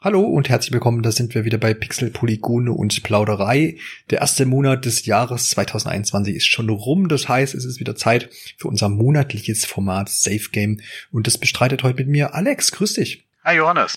Hallo und herzlich willkommen, da sind wir wieder bei Pixel, Polygone und Plauderei. Der erste Monat des Jahres 2021 ist schon rum, das heißt, es ist wieder Zeit für unser monatliches Format Safe Game und das bestreitet heute mit mir Alex. Grüß dich. Hi Johannes.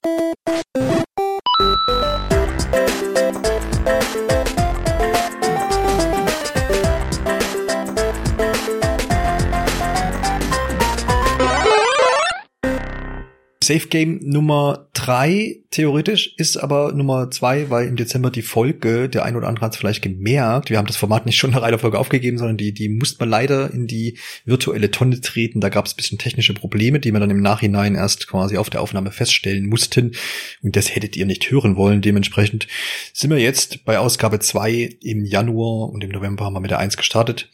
Safe Game Nummer 3 theoretisch ist aber Nummer 2, weil im Dezember die Folge, der ein oder andere hat es vielleicht gemerkt, wir haben das Format nicht schon nach einer Folge aufgegeben, sondern die musste man leider in die virtuelle Tonne treten. Da gab es ein bisschen technische Probleme, die wir dann im Nachhinein erst quasi auf der Aufnahme feststellen mussten. Und das hättet ihr nicht hören wollen. Dementsprechend sind wir jetzt bei Ausgabe 2 im Januar und im November haben wir mit der 1 gestartet.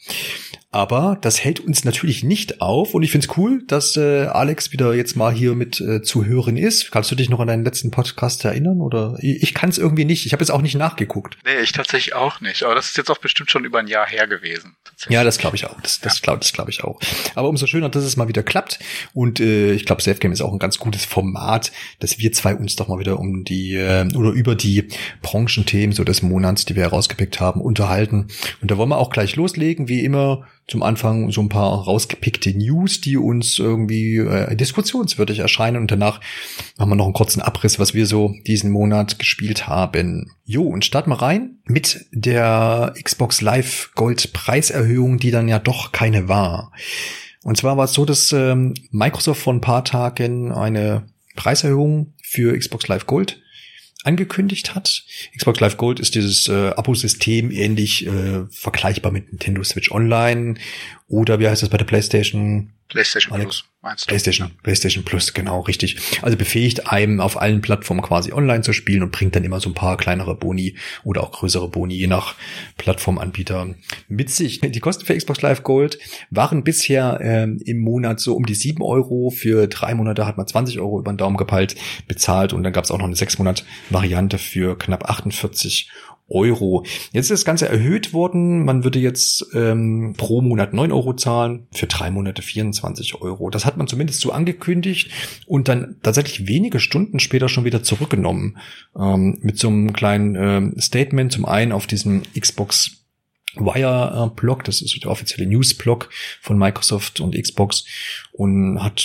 Aber das hält uns natürlich nicht auf und ich find's cool, dass Alex wieder jetzt mal hier mit zu hören ist. Kannst du dich noch an deinen letzten Podcast erinnern? Oder ich kann es irgendwie nicht. Ich habe jetzt auch nicht nachgeguckt. Nee, ich tatsächlich auch nicht. Aber das ist jetzt auch bestimmt schon über ein Jahr her gewesen. Ja, das glaube ich auch. Das glaube ich auch. Aber umso schöner, dass es mal wieder klappt. Und ich glaube, Safe Game ist auch ein ganz gutes Format, dass wir zwei uns doch mal wieder um die oder über die Branchenthemen so des Monats, die wir herausgepickt haben, unterhalten. Und da wollen wir auch gleich loslegen, wie immer. Zum Anfang so ein paar rausgepickte News, die uns irgendwie diskussionswürdig erscheinen und danach machen wir noch einen kurzen Abriss, was wir so diesen Monat gespielt haben. Jo, und starten wir rein mit der Xbox Live Gold Preiserhöhung, die dann ja doch keine war. Und zwar war es so, dass Microsoft vor ein paar Tagen eine Preiserhöhung für Xbox Live Gold angekündigt hat. Xbox Live Gold ist dieses Abosystem ähnlich vergleichbar mit Nintendo Switch Online oder wie heißt das bei der PlayStation? PlayStation Plus, meinst du? PlayStation Plus, genau, richtig. Also befähigt einem auf allen Plattformen quasi online zu spielen und bringt dann immer so ein paar kleinere Boni oder auch größere Boni, je nach Plattformanbieter mit sich. Die Kosten für Xbox Live Gold waren bisher im Monat so um die 7 Euro. Für 3 Monate hat man 20 Euro über den Daumen gepeilt bezahlt und dann gab es auch noch eine 6-Monat-Variante für knapp 48 Euro. Jetzt ist das Ganze erhöht worden. Man würde jetzt pro Monat 9 Euro zahlen, für 3 Monate 24 Euro. Das hat man zumindest so angekündigt und dann tatsächlich wenige Stunden später schon wieder zurückgenommen. Mit so einem kleinen Statement, zum einen auf diesem Xbox Wire-Blog, das ist der offizielle News-Blog von Microsoft und Xbox und hat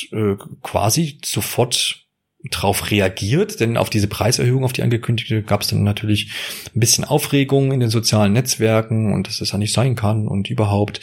quasi sofort drauf reagiert, denn auf diese Preiserhöhung, auf die angekündigte, gab es dann natürlich ein bisschen Aufregung in den sozialen Netzwerken und dass das ja nicht sein kann und überhaupt.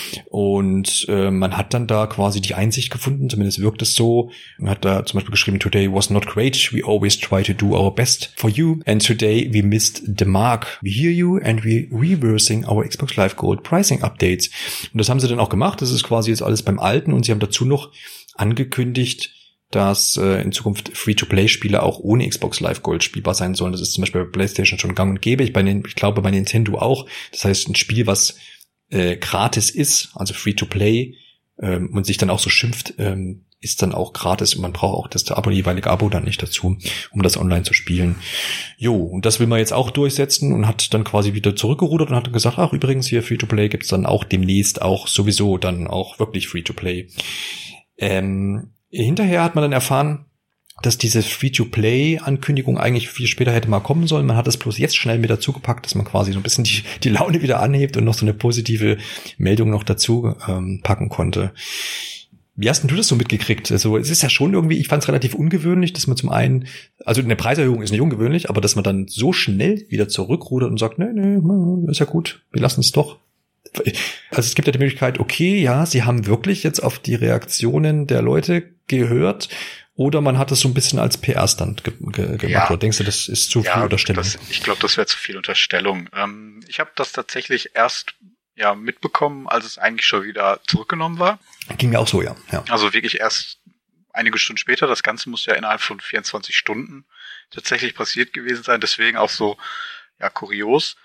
Und man hat dann da quasi die Einsicht gefunden, zumindest wirkt es so. Man hat da zum Beispiel geschrieben, "Today was not great. We always try to do our best for you. And today we missed the mark. We hear you and we reversing our Xbox Live Gold pricing updates." Und das haben sie dann auch gemacht. Das ist quasi jetzt alles beim Alten und sie haben dazu noch angekündigt, dass in Zukunft Free-to-Play-Spiele auch ohne Xbox Live Gold spielbar sein sollen. Das ist zum Beispiel bei PlayStation schon gang und gäbe. Ich glaube bei Nintendo auch. Das heißt, ein Spiel, was gratis ist, also Free-to-Play und sich dann auch so schimpft, ist dann auch gratis und man braucht auch das jeweilige Abo dann nicht dazu, um das online zu spielen. Jo, und das will man jetzt auch durchsetzen und hat dann quasi wieder zurückgerudert und hat dann gesagt, ach übrigens, hier Free-to-Play gibt's dann auch demnächst auch sowieso dann auch wirklich Free-to-Play. Hinterher hat man dann erfahren, dass diese Free-to-Play-Ankündigung eigentlich viel später hätte mal kommen sollen. Man hat es bloß jetzt schnell mit dazu gepackt, dass man quasi so ein bisschen die Laune wieder anhebt und noch so eine positive Meldung noch dazu packen konnte. Wie hast denn du das so mitgekriegt? Also es ist ja schon irgendwie, ich fand es relativ ungewöhnlich, dass man zum einen, also eine Preiserhöhung ist nicht ungewöhnlich, aber dass man dann so schnell wieder zurückrudert und sagt, nee, ist ja gut, wir lassen es doch. Also es gibt ja die Möglichkeit, okay, ja, sie haben wirklich jetzt auf die Reaktionen der Leute gehört oder man hat es so ein bisschen als PR-Stand gemacht. Ja. Oder denkst du, das ist zu viel Unterstellung? Ich glaube, das wäre zu viel Unterstellung. Ich habe das tatsächlich erst mitbekommen, als es eigentlich schon wieder zurückgenommen war. Ging mir auch so, ja. Also wirklich erst einige Stunden später. Das Ganze muss ja innerhalb von 24 Stunden tatsächlich passiert gewesen sein. Deswegen auch so kurios.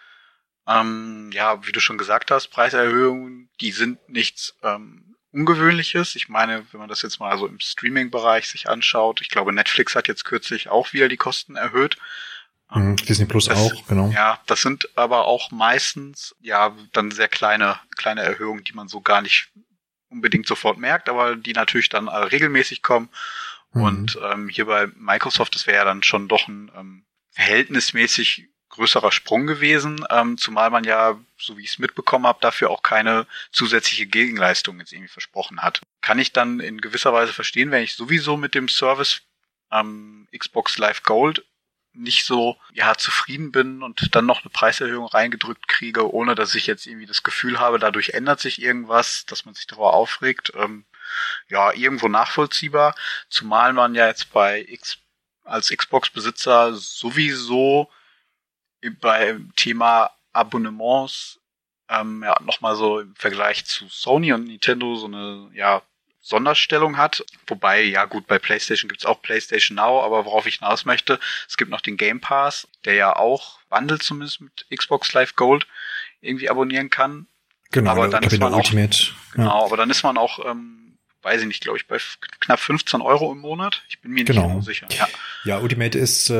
Wie du schon gesagt hast, Preiserhöhungen, die sind nichts Ungewöhnliches. Ich meine, wenn man das jetzt mal so im Streaming-Bereich sich anschaut, ich glaube, Netflix hat jetzt kürzlich auch wieder die Kosten erhöht. Disney Plus auch, genau. Ja, das sind aber auch meistens dann sehr kleine Erhöhungen, die man so gar nicht unbedingt sofort merkt, aber die natürlich dann regelmäßig kommen Und hier bei Microsoft, das wäre ja dann schon doch ein verhältnismäßig größerer Sprung gewesen, zumal man ja, so wie ich es mitbekommen habe, dafür auch keine zusätzliche Gegenleistung jetzt irgendwie versprochen hat. Kann ich dann in gewisser Weise verstehen, wenn ich sowieso mit dem Service Xbox Live Gold nicht so zufrieden bin und dann noch eine Preiserhöhung reingedrückt kriege, ohne dass ich jetzt irgendwie das Gefühl habe, dadurch ändert sich irgendwas, dass man sich darüber aufregt. Irgendwo nachvollziehbar, zumal man ja jetzt als Xbox-Besitzer sowieso beim Thema Abonnements nochmal so im Vergleich zu Sony und Nintendo so eine Sonderstellung hat. Wobei, bei PlayStation gibt's auch PlayStation Now, aber worauf ich hinaus möchte, es gibt noch den Game Pass, der ja auch Bundle zumindest mit Xbox Live Gold irgendwie abonnieren kann. Genau, aber dann ist man auch, Ultimate. aber dann ist man auch weiß ich nicht, glaube ich, bei knapp 15 € im Monat. Ich bin mir nicht so sicher. Ja, Ultimate ist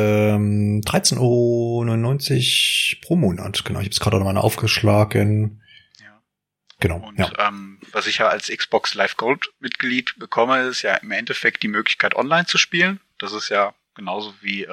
13,99 € pro Monat. Genau, ich habe es gerade nochmal aufgeschlagen. Ja. Genau. Und was ich ja als Xbox Live Gold Mitglied bekomme, ist ja im Endeffekt die Möglichkeit, online zu spielen. Das ist ja genauso wie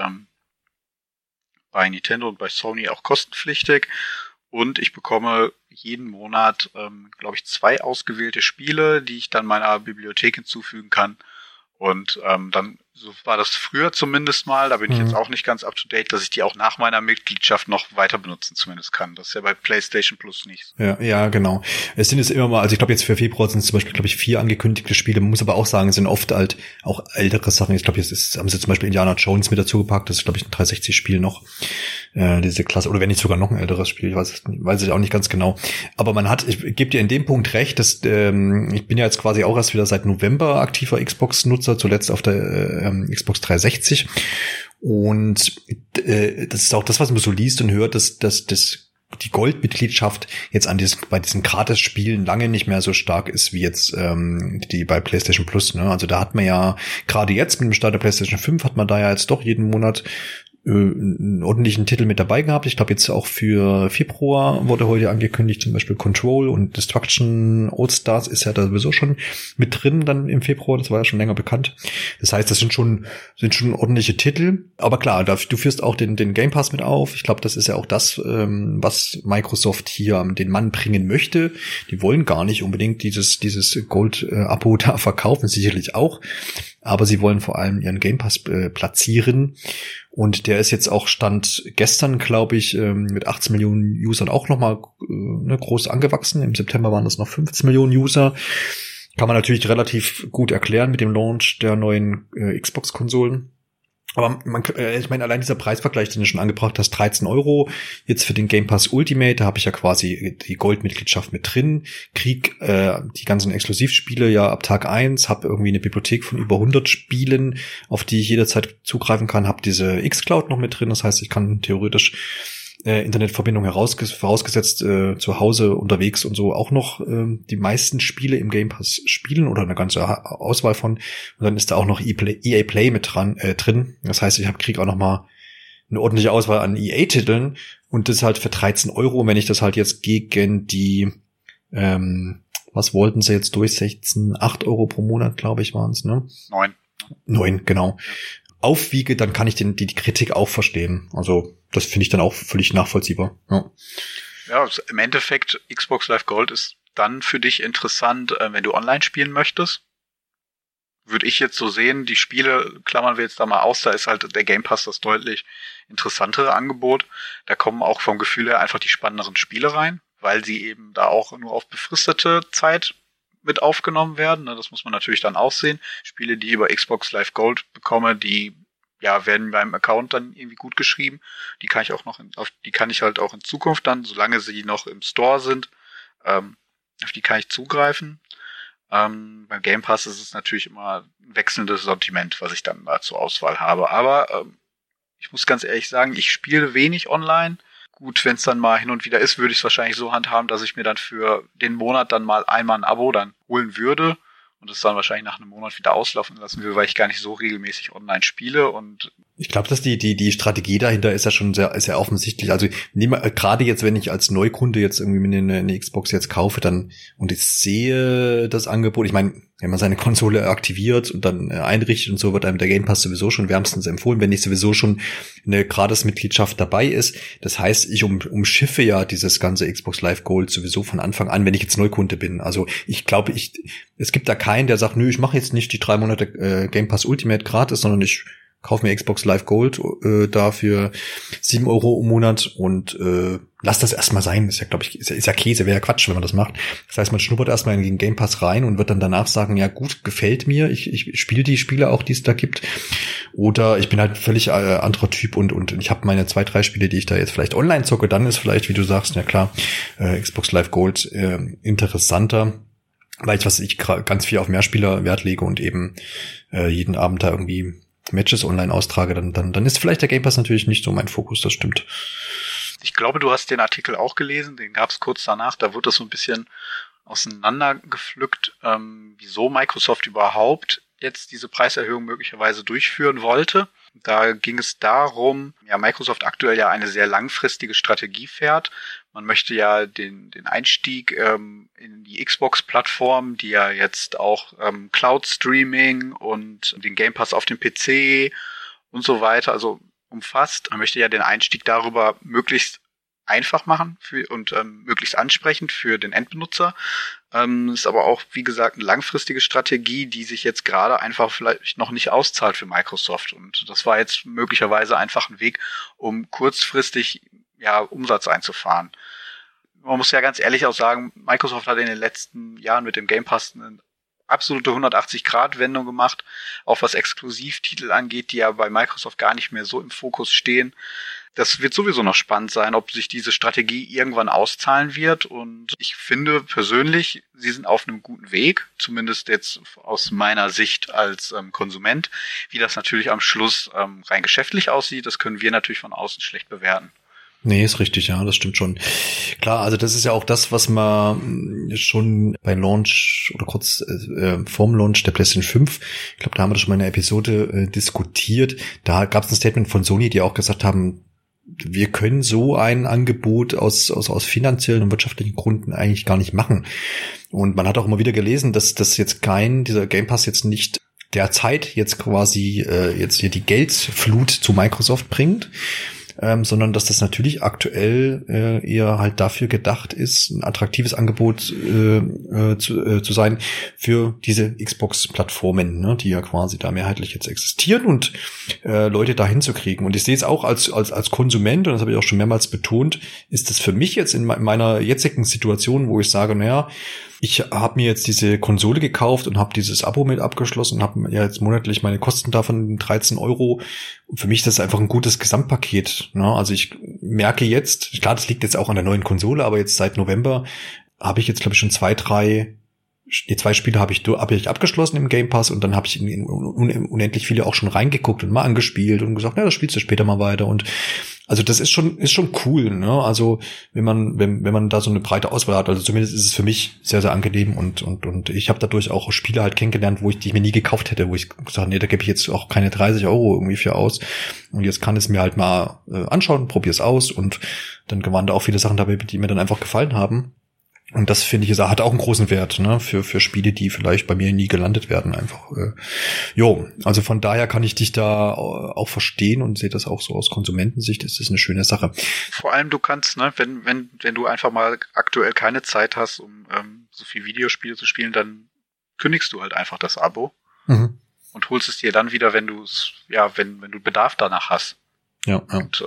bei Nintendo und bei Sony auch kostenpflichtig. Und ich bekomme jeden Monat, glaube ich, 2 ausgewählte Spiele, die ich dann meiner Bibliothek hinzufügen kann. Und dann, so war das früher zumindest mal, da bin ich jetzt auch nicht ganz up to date, dass ich die auch nach meiner Mitgliedschaft noch weiter benutzen zumindest kann. Das ist ja bei PlayStation Plus nicht. Ja, genau. Es sind jetzt immer mal, also ich glaube jetzt für Februar sind es zum Beispiel, glaube ich, 4 angekündigte Spiele. Man muss aber auch sagen, es sind oft halt auch ältere Sachen. Ich glaube, jetzt haben sie zum Beispiel Indiana Jones mit dazu gepackt. Das ist, glaube ich, ein 360-Spiel noch. Diese Klasse, oder wenn nicht sogar noch ein älteres Spiel, ich weiß ich auch nicht ganz genau. Aber ich gebe dir in dem Punkt recht, dass ich bin ja jetzt quasi auch erst wieder seit November aktiver Xbox-Nutzer, zuletzt auf der Xbox 360. Und das ist auch das, was man so liest und hört, dass die Goldmitgliedschaft jetzt bei diesen Gratis-Spielen lange nicht mehr so stark ist wie jetzt die bei PlayStation Plus. Ne? Also da hat man ja gerade jetzt mit dem Start der PlayStation 5 hat man da ja jetzt doch jeden Monat einen ordentlichen Titel mit dabei gehabt. Ich glaube jetzt auch für Februar wurde heute angekündigt, zum Beispiel Control und Destruction All-Stars ist ja da sowieso schon mit drin dann im Februar. Das war ja schon länger bekannt. Das heißt, das sind schon ordentliche Titel. Aber klar, du führst auch den Game Pass mit auf. Ich glaube, das ist ja auch das, was Microsoft hier den Mann bringen möchte. Die wollen gar nicht unbedingt dieses Gold-Abo da verkaufen, sicherlich auch. Aber sie wollen vor allem ihren Game Pass platzieren. Und der ist jetzt auch Stand gestern, glaube ich, mit 18 Millionen Usern auch nochmal groß angewachsen. Im September waren das noch 15 Millionen User. Kann man natürlich relativ gut erklären mit dem Launch der neuen Xbox-Konsolen. Aber ich meine, allein dieser Preisvergleich, den du schon angebracht hast, 13 € jetzt für den Game Pass Ultimate, da habe ich ja quasi die Goldmitgliedschaft mit drin, krieg die ganzen Exklusivspiele ja ab Tag 1, habe irgendwie eine Bibliothek von über 100 Spielen, auf die ich jederzeit zugreifen kann, habe diese xCloud noch mit drin, das heißt, ich kann theoretisch Internetverbindung vorausgesetzt zu Hause unterwegs und so auch noch die meisten Spiele im Game Pass spielen oder eine ganze Auswahl von. Und dann ist da auch noch EA Play mit drin. Das heißt, ich kriege auch noch mal eine ordentliche Auswahl an EA-Titeln und das halt für 13 €. Und wenn ich das halt jetzt gegen die was wollten sie jetzt durchsetzen? 8 € pro Monat, glaube ich, waren es, ne? 9, genau. Aufwiege, dann kann ich die Kritik auch verstehen. Also das finde ich dann auch völlig nachvollziehbar. Ja, im Endeffekt Xbox Live Gold ist dann für dich interessant, wenn du online spielen möchtest. Würde ich jetzt so sehen, die Spiele klammern wir jetzt da mal aus, da ist halt der Game Pass das deutlich interessantere Angebot. Da kommen auch vom Gefühl her einfach die spannenderen Spiele rein, weil sie eben da auch nur auf befristete Zeit mit aufgenommen werden. Das muss man natürlich dann auch sehen. Spiele, die ich über Xbox Live Gold bekomme, die werden beim Account dann irgendwie gut geschrieben. Die kann ich halt auch in Zukunft dann, solange sie noch im Store sind, auf die kann ich zugreifen. Beim Game Pass ist es natürlich immer ein wechselndes Sortiment, was ich dann da zur Auswahl habe. Aber ich muss ganz ehrlich sagen, ich spiele wenig online. Gut, wenn es dann mal hin und wieder ist, würde ich es wahrscheinlich so handhaben, dass ich mir dann für den Monat dann mal einmal ein Abo dann holen würde und es dann wahrscheinlich nach einem Monat wieder auslaufen lassen will, weil ich gar nicht so regelmäßig online spiele. Und ich glaube, dass die Strategie dahinter ist ja schon sehr offensichtlich. Also gerade jetzt, wenn ich als Neukunde jetzt irgendwie eine Xbox jetzt kaufe, dann und ich sehe das Angebot, ich meine, wenn man seine Konsole aktiviert und dann einrichtet und so, wird einem der Game Pass sowieso schon wärmstens empfohlen, wenn nicht sowieso schon eine Gratis-Mitgliedschaft dabei ist. Das heißt, ich umschiffe ja dieses ganze Xbox Live Gold sowieso von Anfang an, wenn ich jetzt Neukunde bin. Also ich glaube, es gibt da keinen, der sagt, nö, ich mache jetzt nicht die 3 Monate Game Pass Ultimate gratis, sondern ich kauf mir Xbox Live Gold dafür 7 € im Monat und lass das erstmal sein. Ist ja, glaube ich, ist ja Käse, wäre ja Quatsch, wenn man das macht. Das heißt, man schnuppert erstmal in den Game Pass rein und wird dann danach sagen, ja gut, gefällt mir, ich spiele die Spiele auch, die es da gibt. Oder ich bin halt völlig anderer Typ und ich habe meine 2, 3 Spiele, die ich da jetzt vielleicht online zocke, dann ist vielleicht, wie du sagst, ja klar, Xbox Live Gold interessanter, weil ich ganz viel auf Mehrspieler Wert lege und eben jeden Abend da irgendwie Matches online austrage, dann ist vielleicht der Game Pass natürlich nicht so mein Fokus, das stimmt. Ich glaube, du hast den Artikel auch gelesen, den gab es kurz danach, da wird das so ein bisschen auseinandergepflückt, wieso Microsoft überhaupt jetzt diese Preiserhöhung möglicherweise durchführen wollte. Da ging es darum, ja, Microsoft aktuell ja eine sehr langfristige Strategie fährt. Man möchte ja den Einstieg in die Xbox-Plattform, die ja jetzt auch Cloud-Streaming und den Game Pass auf dem PC und so weiter, also umfasst. Man möchte ja den Einstieg darüber möglichst einfach machen und möglichst ansprechend für den Endbenutzer. Ist aber auch, wie gesagt, eine langfristige Strategie, die sich jetzt gerade einfach vielleicht noch nicht auszahlt für Microsoft. Und das war jetzt möglicherweise einfach ein Weg, um kurzfristig Umsatz einzufahren. Man muss ja ganz ehrlich auch sagen, Microsoft hat in den letzten Jahren mit dem Game Pass eine absolute 180-Grad-Wendung gemacht, auch was Exklusivtitel angeht, die ja bei Microsoft gar nicht mehr so im Fokus stehen. Das wird sowieso noch spannend sein, ob sich diese Strategie irgendwann auszahlen wird. Und ich finde persönlich, sie sind auf einem guten Weg, zumindest jetzt aus meiner Sicht als Konsument. Wie das natürlich am Schluss rein geschäftlich aussieht, das können wir natürlich von außen schlecht bewerten. Nee, ist richtig, ja, das stimmt schon. Klar, also das ist ja auch das, was man schon bei Launch oder kurz vorm Launch der PlayStation 5, ich glaube, da haben wir das schon mal in einer Episode diskutiert, da gab es ein Statement von Sony, die auch gesagt haben, wir können so ein Angebot aus finanziellen und wirtschaftlichen Gründen eigentlich gar nicht machen. Und man hat auch immer wieder gelesen, dass das jetzt dieser Game Pass jetzt nicht derzeit jetzt quasi jetzt hier die Geldflut zu Microsoft bringt, sondern dass das natürlich aktuell eher halt dafür gedacht ist, ein attraktives Angebot zu sein für diese Xbox-Plattformen, ne, die ja quasi da mehrheitlich jetzt existieren und Leute dahin zu kriegen. Und ich sehe es auch als Konsument, und das habe ich auch schon mehrmals betont, ist das für mich jetzt in meiner jetzigen Situation, wo ich sage, naja, ich habe mir jetzt diese Konsole gekauft und habe dieses Abo mit abgeschlossen und habe ja jetzt monatlich meine Kosten davon 13 €. Und für mich ist das einfach ein gutes Gesamtpaket. Ne? Also ich merke jetzt, klar, das liegt jetzt auch an der neuen Konsole, aber jetzt seit November habe ich jetzt, glaube ich, schon 2 Spiele habe ich abgeschlossen im Game Pass und dann habe ich in unendlich viele auch schon reingeguckt und mal angespielt und gesagt, ja, das spielst du später mal weiter. Und also das ist schon cool, ne? Also wenn man da so eine breite Auswahl hat, also zumindest ist es für mich sehr, sehr angenehm und ich habe dadurch auch Spiele halt kennengelernt, die ich mir nie gekauft hätte, wo ich gesagt, nee, da gebe ich jetzt auch keine 30 € irgendwie für aus. Und jetzt kann es mir halt mal anschauen, probier's aus und dann waren da auch viele Sachen dabei, die mir dann einfach gefallen haben. Und das, finde ich, hat auch einen großen Wert, ne, für Spiele, die vielleicht bei mir nie gelandet werden, einfach. Also von daher kann ich dich da auch verstehen und sehe das auch so aus Konsumentensicht, ist das eine schöne Sache. Vor allem du kannst, ne, wenn du einfach mal aktuell keine Zeit hast, um so viel Videospiele zu spielen, dann kündigst du halt einfach das Abo und holst es dir dann wieder, wenn du Bedarf danach hast. Ja. Und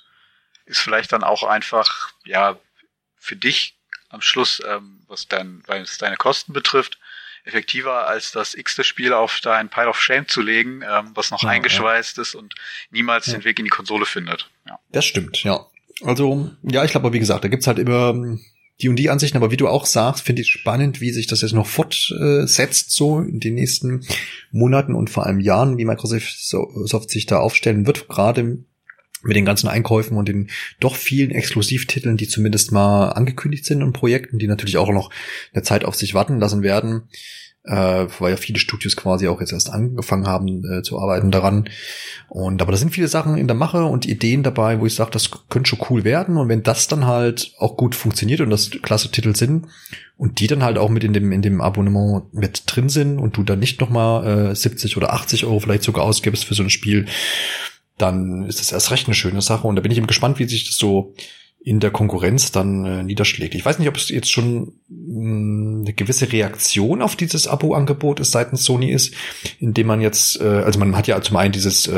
ist vielleicht dann auch einfach, für dich am Schluss, was deine Kosten betrifft, effektiver als das x-te Spiel auf dein Pile of Shame zu legen, was noch eingeschweißt ist und niemals den Weg in die Konsole findet. Ja. Das stimmt, ja. Also, ja, ich glaube, wie gesagt, da gibt's halt immer die und die Ansichten, aber wie du auch sagst, finde ich spannend, wie sich das jetzt noch fortsetzt, so in den nächsten Monaten und vor allem Jahren, wie Microsoft sich da aufstellen wird, gerade mit den ganzen Einkäufen und den doch vielen Exklusivtiteln, die zumindest mal angekündigt sind und Projekten, die natürlich auch noch eine Zeit auf sich warten lassen werden. weil ja viele Studios quasi auch jetzt erst angefangen haben zu arbeiten daran. Aber da sind viele Sachen in der Mache und Ideen dabei, wo ich sage, das könnte schon cool werden. Und wenn das dann halt auch gut funktioniert und das klasse Titel sind und die dann halt auch mit in dem Abonnement mit drin sind und du dann nicht nochmal 70 oder 80 Euro vielleicht sogar ausgibst für so ein Spiel, dann ist das erst recht eine schöne Sache. Und da bin ich eben gespannt, wie sich das so in der Konkurrenz dann niederschlägt. Ich weiß nicht, ob es jetzt schon eine gewisse Reaktion auf dieses Abo-Angebot seitens Sony ist, indem man jetzt, also man hat ja zum einen dieses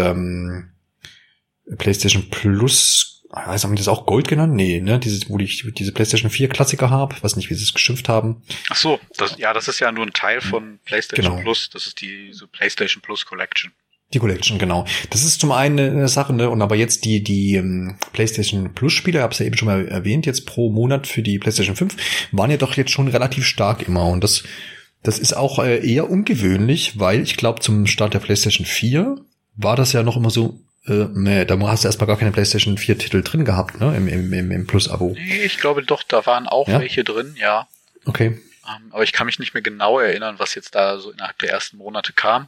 PlayStation Plus, haben wir das auch Gold genannt? Nee, ne? Wo ich diese PlayStation 4 Klassiker habe, weiß nicht, wie sie es geschimpft haben. Ach so, das ist ja nur ein Teil von PlayStation Genau. Plus, das ist diese PlayStation Plus Collection. Die Collection, genau. Das ist zum einen eine Sache, ne? Und aber jetzt die PlayStation Plus Spiele, ich habe es ja eben schon mal erwähnt, jetzt pro Monat für die PlayStation 5, waren ja doch jetzt schon relativ stark immer. Und das ist auch eher ungewöhnlich, weil ich glaube, zum Start der PlayStation 4 war das ja noch immer so, nee, da hast du erstmal gar keine PlayStation 4 Titel drin gehabt, ne? Im Plus-Abo. Nee, ich glaube doch, da waren auch welche drin, ja. Okay. Aber ich kann mich nicht mehr genau erinnern, was jetzt da so innerhalb der ersten Monate kam.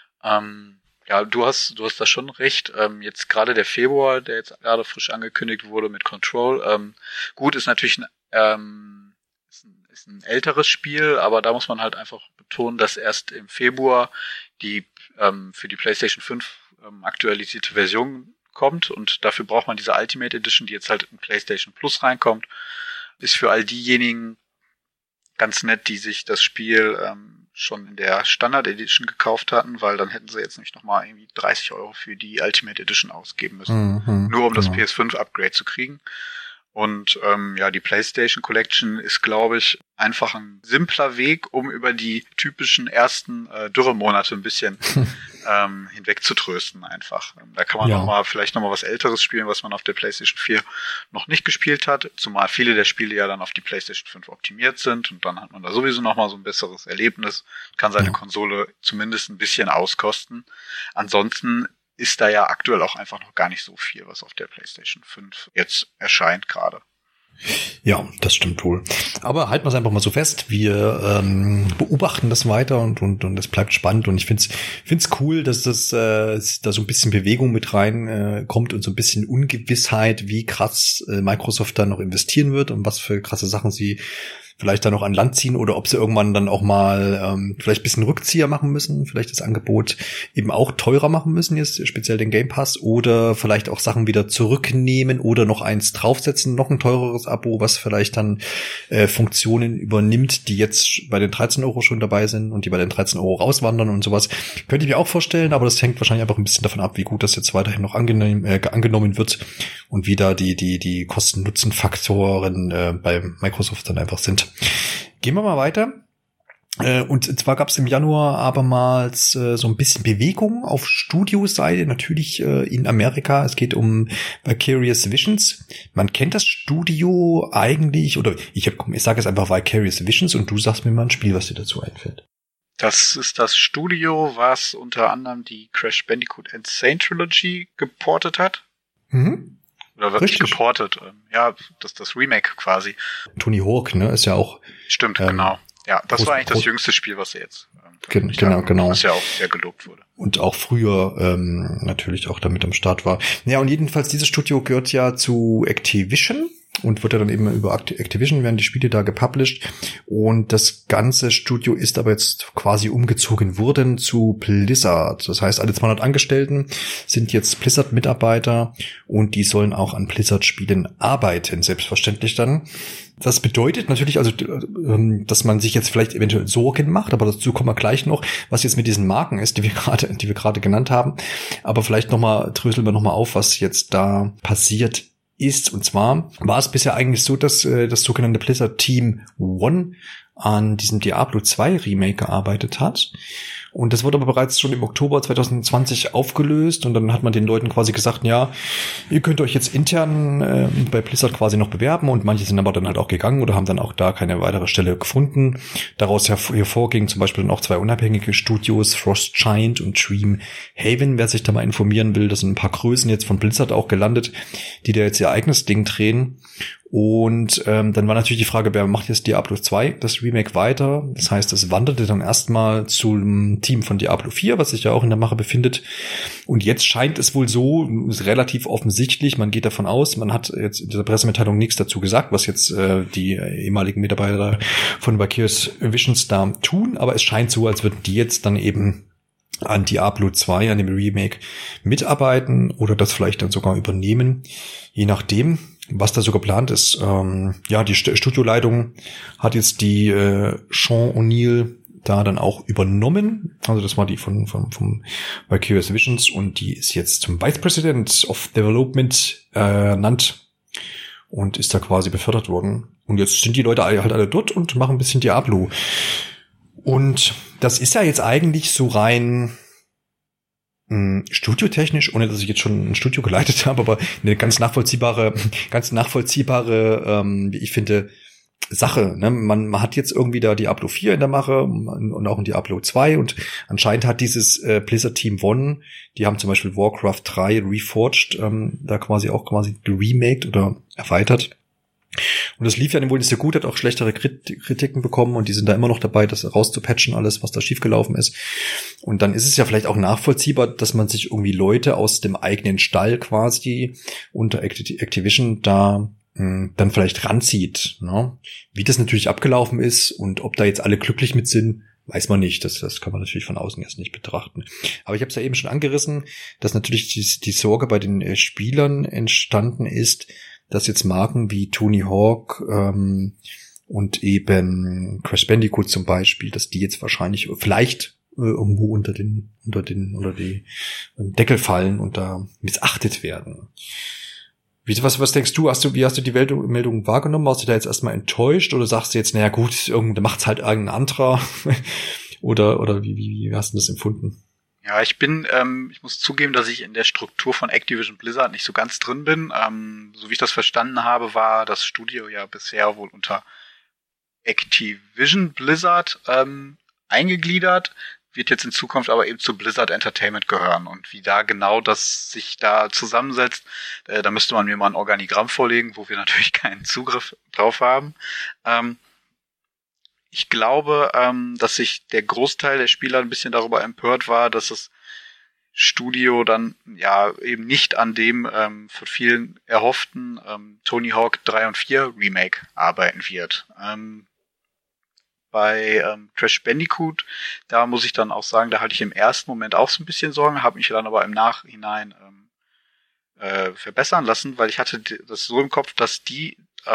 Ja, du hast da schon recht. Jetzt gerade der Februar, der jetzt gerade frisch angekündigt wurde mit Control. Gut, ist natürlich ein älteres Spiel, aber da muss man halt einfach betonen, dass erst im Februar die für die PlayStation 5 aktualisierte Version kommt und dafür braucht man diese Ultimate Edition, die jetzt halt in PlayStation Plus reinkommt. Ist für all diejenigen ganz nett, die sich das Spiel schon in der Standard Edition gekauft hatten, weil dann hätten sie jetzt nicht nochmal irgendwie 30 Euro für die Ultimate Edition ausgeben müssen. Nur um das PS5 Upgrade zu kriegen. Und die PlayStation Collection ist, glaube ich, einfach ein simpler Weg, um über die typischen ersten Dürremonate ein bisschen hinweg zu trösten einfach. Da kann man vielleicht nochmal was Älteres spielen, was man auf der PlayStation 4 noch nicht gespielt hat, zumal viele der Spiele ja dann auf die PlayStation 5 optimiert sind und dann hat man da sowieso nochmal so ein besseres Erlebnis, kann seine Konsole zumindest ein bisschen auskosten. Ansonsten ist da ja aktuell auch einfach noch gar nicht so viel, was auf der PlayStation 5 jetzt erscheint gerade. Ja, das stimmt wohl. Aber halten wir es einfach mal so fest. Wir beobachten das weiter und es bleibt spannend. Und ich find's cool, dass das da so ein bisschen Bewegung mit rein kommt und so ein bisschen Ungewissheit, wie krass Microsoft da noch investieren wird und was für krasse Sachen sie vielleicht da noch an Land ziehen oder ob sie irgendwann dann auch mal vielleicht ein bisschen Rückzieher machen müssen, vielleicht das Angebot eben auch teurer machen müssen, jetzt speziell den Game Pass, oder vielleicht auch Sachen wieder zurücknehmen oder noch eins draufsetzen, noch ein teureres Abo, was vielleicht dann Funktionen übernimmt, die jetzt bei den 13 Euro schon dabei sind und die bei den 13 Euro rauswandern und sowas. Könnte ich mir auch vorstellen, aber das hängt wahrscheinlich einfach ein bisschen davon ab, wie gut das jetzt weiterhin noch angenommen wird und wie da die Kosten-Nutzen-Faktoren bei Microsoft dann einfach sind. Gehen wir mal weiter. Und zwar gab es im Januar abermals so ein bisschen Bewegung auf Studioseite, natürlich in Amerika. Es geht um Vicarious Visions. Man kennt das Studio eigentlich, oder ich sage jetzt einfach Vicarious Visions und du sagst mir mal ein Spiel, was dir dazu einfällt. Das ist das Studio, was unter anderem die Crash Bandicoot Insane Trilogy geportet hat. Mhm. Oder wirklich geportet. Ja, das Remake quasi. Tony Hawk, ne, ist ja auch. Stimmt, genau. Ja, das war eigentlich das jüngste Spiel, was er jetzt genau. Was ja auch sehr gelobt wurde. Und auch früher natürlich auch damit am Start war. Ja, und jedenfalls dieses Studio gehört ja zu Activision und wird ja dann eben über Activision werden die Spiele da gepublished. Und das ganze Studio ist aber jetzt quasi umgezogen worden zu Blizzard. Das heißt, alle 200 Angestellten sind jetzt Blizzard-Mitarbeiter und die sollen auch an Blizzard-Spielen arbeiten, selbstverständlich dann. Das bedeutet natürlich also, dass man sich jetzt vielleicht eventuell Sorgen macht, aber dazu kommen wir gleich noch, was jetzt mit diesen Marken ist, die wir gerade genannt haben. Aber vielleicht dröseln wir nochmal auf, was jetzt da passiert ist. Und zwar war es bisher eigentlich so, dass das sogenannte Blizzard Team One an diesem Diablo 2 Remake gearbeitet hat. Und das wurde aber bereits schon im Oktober 2020 aufgelöst und dann hat man den Leuten quasi gesagt, ja, ihr könnt euch jetzt intern bei Blizzard quasi noch bewerben, und manche sind aber dann halt auch gegangen oder haben dann auch da keine weitere Stelle gefunden. Daraus hervorgingen zum Beispiel dann auch 2 unabhängige Studios, Frost Giant und Dream Haven. Wer sich da mal informieren will, das sind ein paar Größen jetzt von Blizzard auch gelandet, die da jetzt ihr eigenes Ding drehen. Und dann war natürlich die Frage, wer macht jetzt Diablo 2, das Remake, weiter? Das heißt, es wanderte dann erstmal zum Team von Diablo 4, was sich ja auch in der Mache befindet. Und jetzt scheint es wohl so, ist relativ offensichtlich, man geht davon aus, man hat jetzt in dieser Pressemitteilung nichts dazu gesagt, was jetzt die ehemaligen Mitarbeiter von Vicarious Visions da tun, aber es scheint so, als würden die jetzt dann eben an Diablo 2, an dem Remake mitarbeiten oder das vielleicht dann sogar übernehmen, je nachdem, was da so geplant ist. Die Studioleitung hat jetzt die Sean O'Neill da dann auch übernommen. Also das war die vom Vicarious Visions und die ist jetzt zum Vice President of Development ernannt und ist da quasi befördert worden. Und jetzt sind die Leute halt alle dort und machen ein bisschen Diablo. Und das ist ja jetzt eigentlich so rein studiotechnisch, ohne dass ich jetzt schon ein Studio geleitet habe, aber eine ganz nachvollziehbare, wie ich finde, Sache. Ne? Man hat jetzt irgendwie da Diablo 4 in der Mache und auch in Diablo 2 und anscheinend hat dieses Blizzard Team One, die haben zum Beispiel Warcraft 3 Reforged, da quasi geremaked oder erweitert. Und das lief ja wohl nicht so gut, hat auch schlechtere Kritiken bekommen und die sind da immer noch dabei, das rauszupatchen, alles, was da schiefgelaufen ist. Und dann ist es ja vielleicht auch nachvollziehbar, dass man sich irgendwie Leute aus dem eigenen Stall quasi unter Activision da dann vielleicht ranzieht. Ne? Wie das natürlich abgelaufen ist und ob da jetzt alle glücklich mit sind, weiß man nicht. Das kann man natürlich von außen erst nicht betrachten. Aber ich habe es ja eben schon angerissen, dass natürlich die Sorge bei den Spielern entstanden ist, dass jetzt Marken wie Tony Hawk und eben Crash Bandicoot zum Beispiel, dass die jetzt wahrscheinlich vielleicht irgendwo unter die Deckel fallen und da missachtet werden. Was denkst du? Wie hast du die Meldung wahrgenommen? Warst du da jetzt erstmal enttäuscht oder sagst du jetzt, naja gut, da macht's halt irgendein anderer? oder wie hast du das empfunden? Ja, ich muss zugeben, dass ich in der Struktur von Activision Blizzard nicht so ganz drin bin. So wie ich das verstanden habe, war das Studio ja bisher wohl unter Activision Blizzard eingegliedert, wird jetzt in Zukunft aber eben zu Blizzard Entertainment gehören. Und wie da genau das sich da zusammensetzt, da müsste man mir mal ein Organigramm vorlegen, wo wir natürlich keinen Zugriff drauf haben. Ich glaube, dass sich der Großteil der Spieler ein bisschen darüber empört war, dass das Studio dann ja eben nicht an dem von vielen erhofften Tony Hawk 3 und 4 Remake arbeiten wird. Bei Crash Bandicoot, da muss ich dann auch sagen, da hatte ich im ersten Moment auch so ein bisschen Sorgen, habe mich dann aber im Nachhinein verbessern lassen, weil ich hatte das so im Kopf, dass die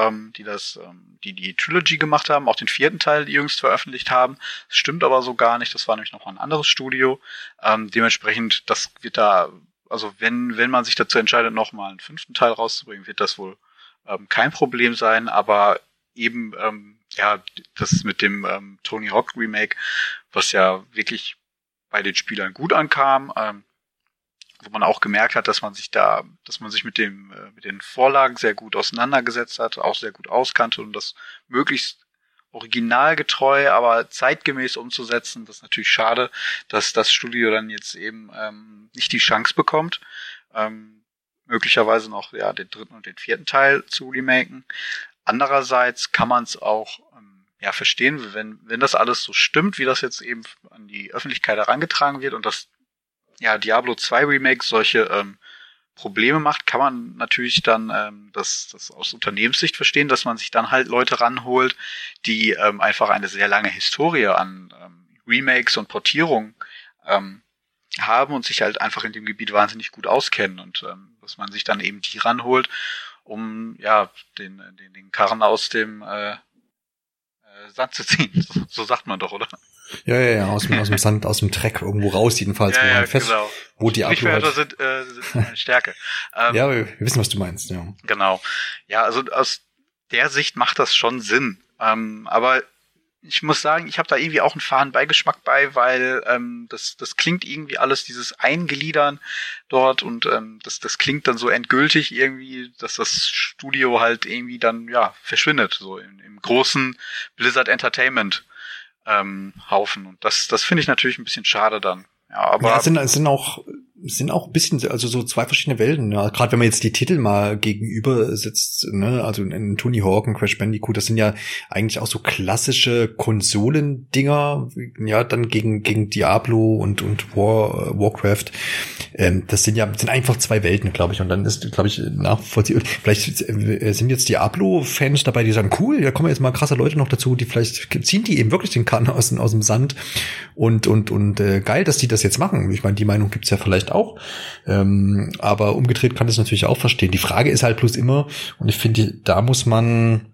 Trilogy gemacht haben, auch den 4. Teil jüngst veröffentlicht haben. Das stimmt aber so gar nicht, das war nämlich noch ein anderes Studio. Dementsprechend, das wird da, also wenn man sich dazu entscheidet, nochmal einen 5. Teil rauszubringen, wird das wohl kein Problem sein, aber eben, das mit dem Tony Hawk Remake, was ja wirklich bei den Spielern gut ankam, wo man auch gemerkt hat, dass man sich mit den Vorlagen sehr gut auseinandergesetzt hat, auch sehr gut auskannte und das möglichst originalgetreu, aber zeitgemäß umzusetzen. Das ist natürlich schade, dass das Studio dann jetzt eben nicht die Chance bekommt, möglicherweise noch den 3. und den 4. Teil zu remaken. Andererseits kann man es auch verstehen, wenn das alles so stimmt, wie das jetzt eben an die Öffentlichkeit herangetragen wird und das Diablo 2 Remake solche Probleme macht, kann man natürlich dann das aus Unternehmenssicht verstehen, dass man sich dann halt Leute ranholt, die einfach eine sehr lange Historie an Remakes und Portierungen haben und sich halt einfach in dem Gebiet wahnsinnig gut auskennen und dass man sich dann eben die ranholt, um den Karren aus dem Sand zu ziehen. So sagt man doch, oder? Ja, aus dem Sand, aus dem Dreck irgendwo raus, jedenfalls, wo man fest, genau. Wo die Sprichwörter sind eine Stärke. Ja, wir wissen, was du meinst, ja. Genau. Ja, also aus der Sicht macht das schon Sinn. Aber ich muss sagen, ich habe da irgendwie auch einen fahren Beigeschmack bei, weil das klingt irgendwie alles, dieses Eingliedern dort und das klingt dann so endgültig irgendwie, dass das Studio halt irgendwie dann verschwindet, so im großen Blizzard Entertainment Haufen. Und das finde ich natürlich ein bisschen schade dann. Ja, aber es sind auch sind auch ein bisschen, also so zwei verschiedene Welten. Ja. Gerade wenn man jetzt die Titel mal gegenüber setzt, ne, also in Tony Hawk und Crash Bandicoot, das sind ja eigentlich auch so klassische Konsolendinger, ja, dann gegen Diablo und Warcraft. Das sind einfach zwei Welten, glaube ich. Und dann ist, glaube ich, nachvollziehbar. Vielleicht sind jetzt Diablo-Fans dabei, die sagen, cool, da kommen jetzt mal krasse Leute noch dazu, die vielleicht ziehen die eben wirklich den Kahn aus dem Sand und geil, dass die das jetzt machen. Ich meine, die Meinung gibt's ja vielleicht auch. Aber umgedreht kann ich es natürlich auch verstehen. Die Frage ist halt bloß immer, und ich finde, da muss man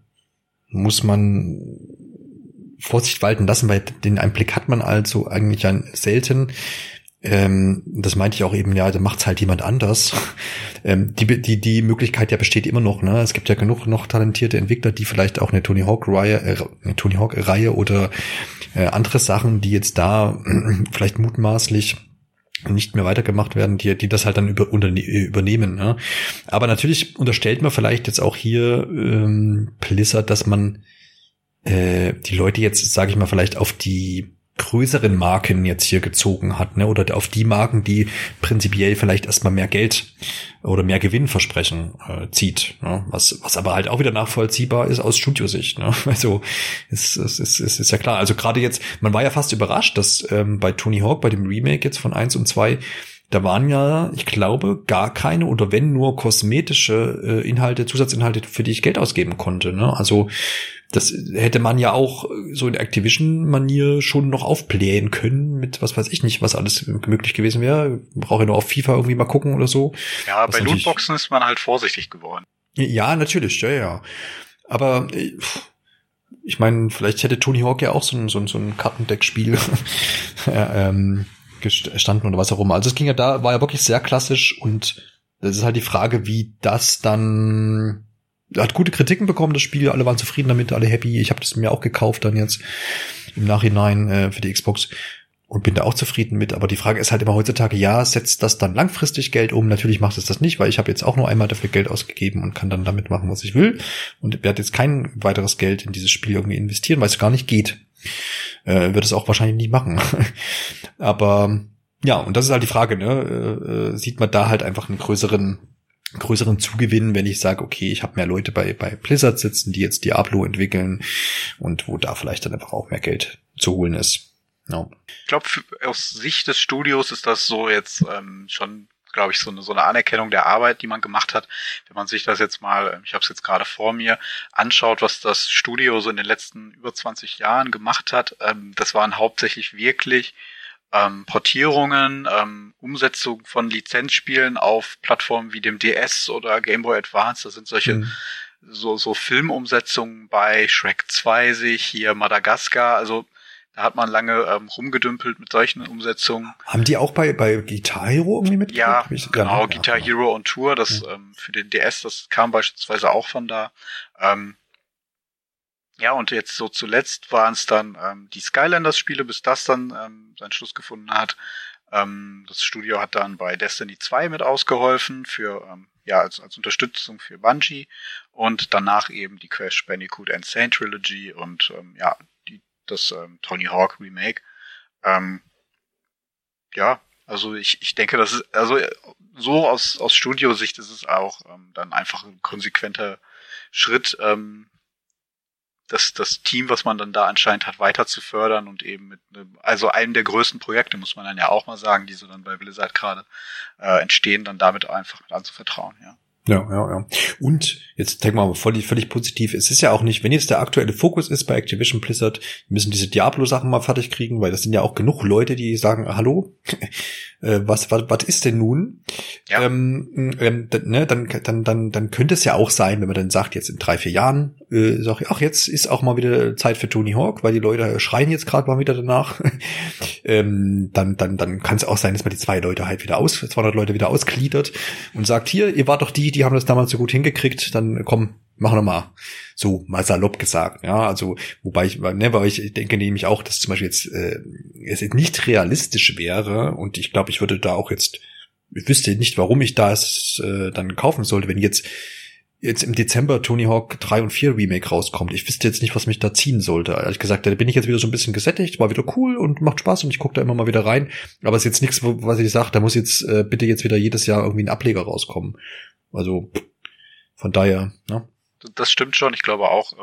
Vorsicht walten lassen, weil den Einblick hat man also eigentlich selten. Das meinte ich auch eben, ja, da macht's halt jemand anders. Die Möglichkeit ja besteht immer noch, ne? Es gibt ja genug noch talentierte Entwickler, die vielleicht auch eine Tony Hawk Reihe oder andere Sachen, die jetzt da vielleicht mutmaßlich nicht mehr weitergemacht werden, die das halt dann übernehmen, ne? Aber natürlich unterstellt man vielleicht jetzt auch hier Blizzard, dass man die Leute jetzt, sage ich mal, vielleicht auf die größeren Marken jetzt hier gezogen hat, ne, oder auf die Marken, die prinzipiell vielleicht erstmal mehr Geld oder mehr Gewinnversprechen zieht, ne, was aber halt auch wieder nachvollziehbar ist aus Studiosicht, ne, also es ist ja klar, also gerade jetzt, man war ja fast überrascht, dass bei Tony Hawk, bei dem Remake jetzt von 1 und 2, da waren ja, ich glaube, gar keine oder wenn nur kosmetische Inhalte, Zusatzinhalte, für die ich Geld ausgeben konnte, ne, also das hätte man ja auch so in Activision-Manier schon noch aufblähen können mit was weiß ich nicht, was alles möglich gewesen wäre. Brauche ja nur auf FIFA irgendwie mal gucken oder so. Ja, bei Lootboxen ist man halt vorsichtig geworden. Ja, natürlich, ja. Aber ich meine, vielleicht hätte Tony Hawk ja auch so ein Kartendeck-Spiel gestanden oder was auch immer. Also es ging ja war ja wirklich sehr klassisch und das ist halt die Frage, wie das dann hat gute Kritiken bekommen, das Spiel, alle waren zufrieden damit, alle happy. Ich habe das mir auch gekauft dann jetzt im Nachhinein für die Xbox und bin da auch zufrieden mit. Aber die Frage ist halt immer heutzutage, ja, setzt das dann langfristig Geld um? Natürlich macht es das nicht, weil ich habe jetzt auch nur einmal dafür Geld ausgegeben und kann dann damit machen, was ich will. Und werde jetzt kein weiteres Geld in dieses Spiel irgendwie investieren, weil es gar nicht geht. Wird es auch wahrscheinlich nie machen. Aber ja, und das ist halt die Frage, ne? Sieht man da halt einfach einen größeren Zugewinn, wenn ich sage, okay, ich habe mehr Leute bei Blizzard sitzen, die jetzt Diablo entwickeln und wo da vielleicht dann einfach auch mehr Geld zu holen ist. No. Ich glaube, aus Sicht des Studios ist das so jetzt schon, glaube ich, so eine Anerkennung der Arbeit, die man gemacht hat. Wenn man sich das jetzt mal, ich habe es jetzt gerade vor mir, anschaut, was das Studio so in den letzten über 20 Jahren gemacht hat, das waren hauptsächlich wirklich Portierungen, Umsetzung von Lizenzspielen auf Plattformen wie dem DS oder Game Boy Advance. Das sind solche so Filmumsetzungen bei Shrek 2 hier Madagaskar. Also da hat man lange rumgedümpelt mit solchen Umsetzungen. Haben die auch bei Guitar Hero irgendwie mitgemacht? Ja, genau, Guitar Hero on Tour, das für den DS, das kam beispielsweise auch von da. Ja, und jetzt so zuletzt waren es dann die Skylanders-Spiele, bis das dann seinen Schluss gefunden hat. Das Studio hat dann bei Destiny 2 mit ausgeholfen für als Unterstützung für Bungie und danach eben die Crash Bandicoot Insane Trilogy und das Tony Hawk Remake. Also ich denke, das ist also so aus Studiosicht ist es auch dann einfach ein konsequenter Schritt, das Team, was man dann da anscheinend hat, weiter zu fördern und eben mit einem der größten Projekte, muss man dann ja auch mal sagen, die so dann bei Blizzard gerade entstehen, dann damit einfach mit anzuvertrauen, ja. Ja. Und jetzt denk mal völlig positiv. Es ist ja auch nicht, wenn jetzt der aktuelle Fokus ist bei Activision Blizzard, wir müssen diese Diablo-Sachen mal fertig kriegen, weil das sind ja auch genug Leute, die sagen, hallo, was ist denn nun? Ja. Dann könnte es ja auch sein, wenn man dann sagt, jetzt in 3-4 Jahren, jetzt ist auch mal wieder Zeit für Tony Hawk, weil die Leute schreien jetzt gerade mal wieder danach. Dann kann es auch sein, dass man die 200 Leute wieder ausgliedert und sagt, hier, ihr wart doch die haben das damals so gut hingekriegt, dann komm, machen wir mal. So, mal salopp gesagt, ja, also, weil ich denke nämlich auch, dass zum Beispiel jetzt es nicht realistisch wäre und ich glaube, ich wüsste nicht, warum ich das dann kaufen sollte, wenn jetzt jetzt im Dezember Tony Hawk 3 und 4 Remake rauskommt. Ich wüsste jetzt nicht, was mich da ziehen sollte. Ehrlich gesagt, da bin ich jetzt wieder so ein bisschen gesättigt, war wieder cool und macht Spaß und ich gucke da immer mal wieder rein. Aber es ist jetzt nichts, was ich sage, da muss jetzt bitte jetzt wieder jedes Jahr irgendwie ein Ableger rauskommen. Also von daher, ne? Das stimmt schon. Ich glaube auch,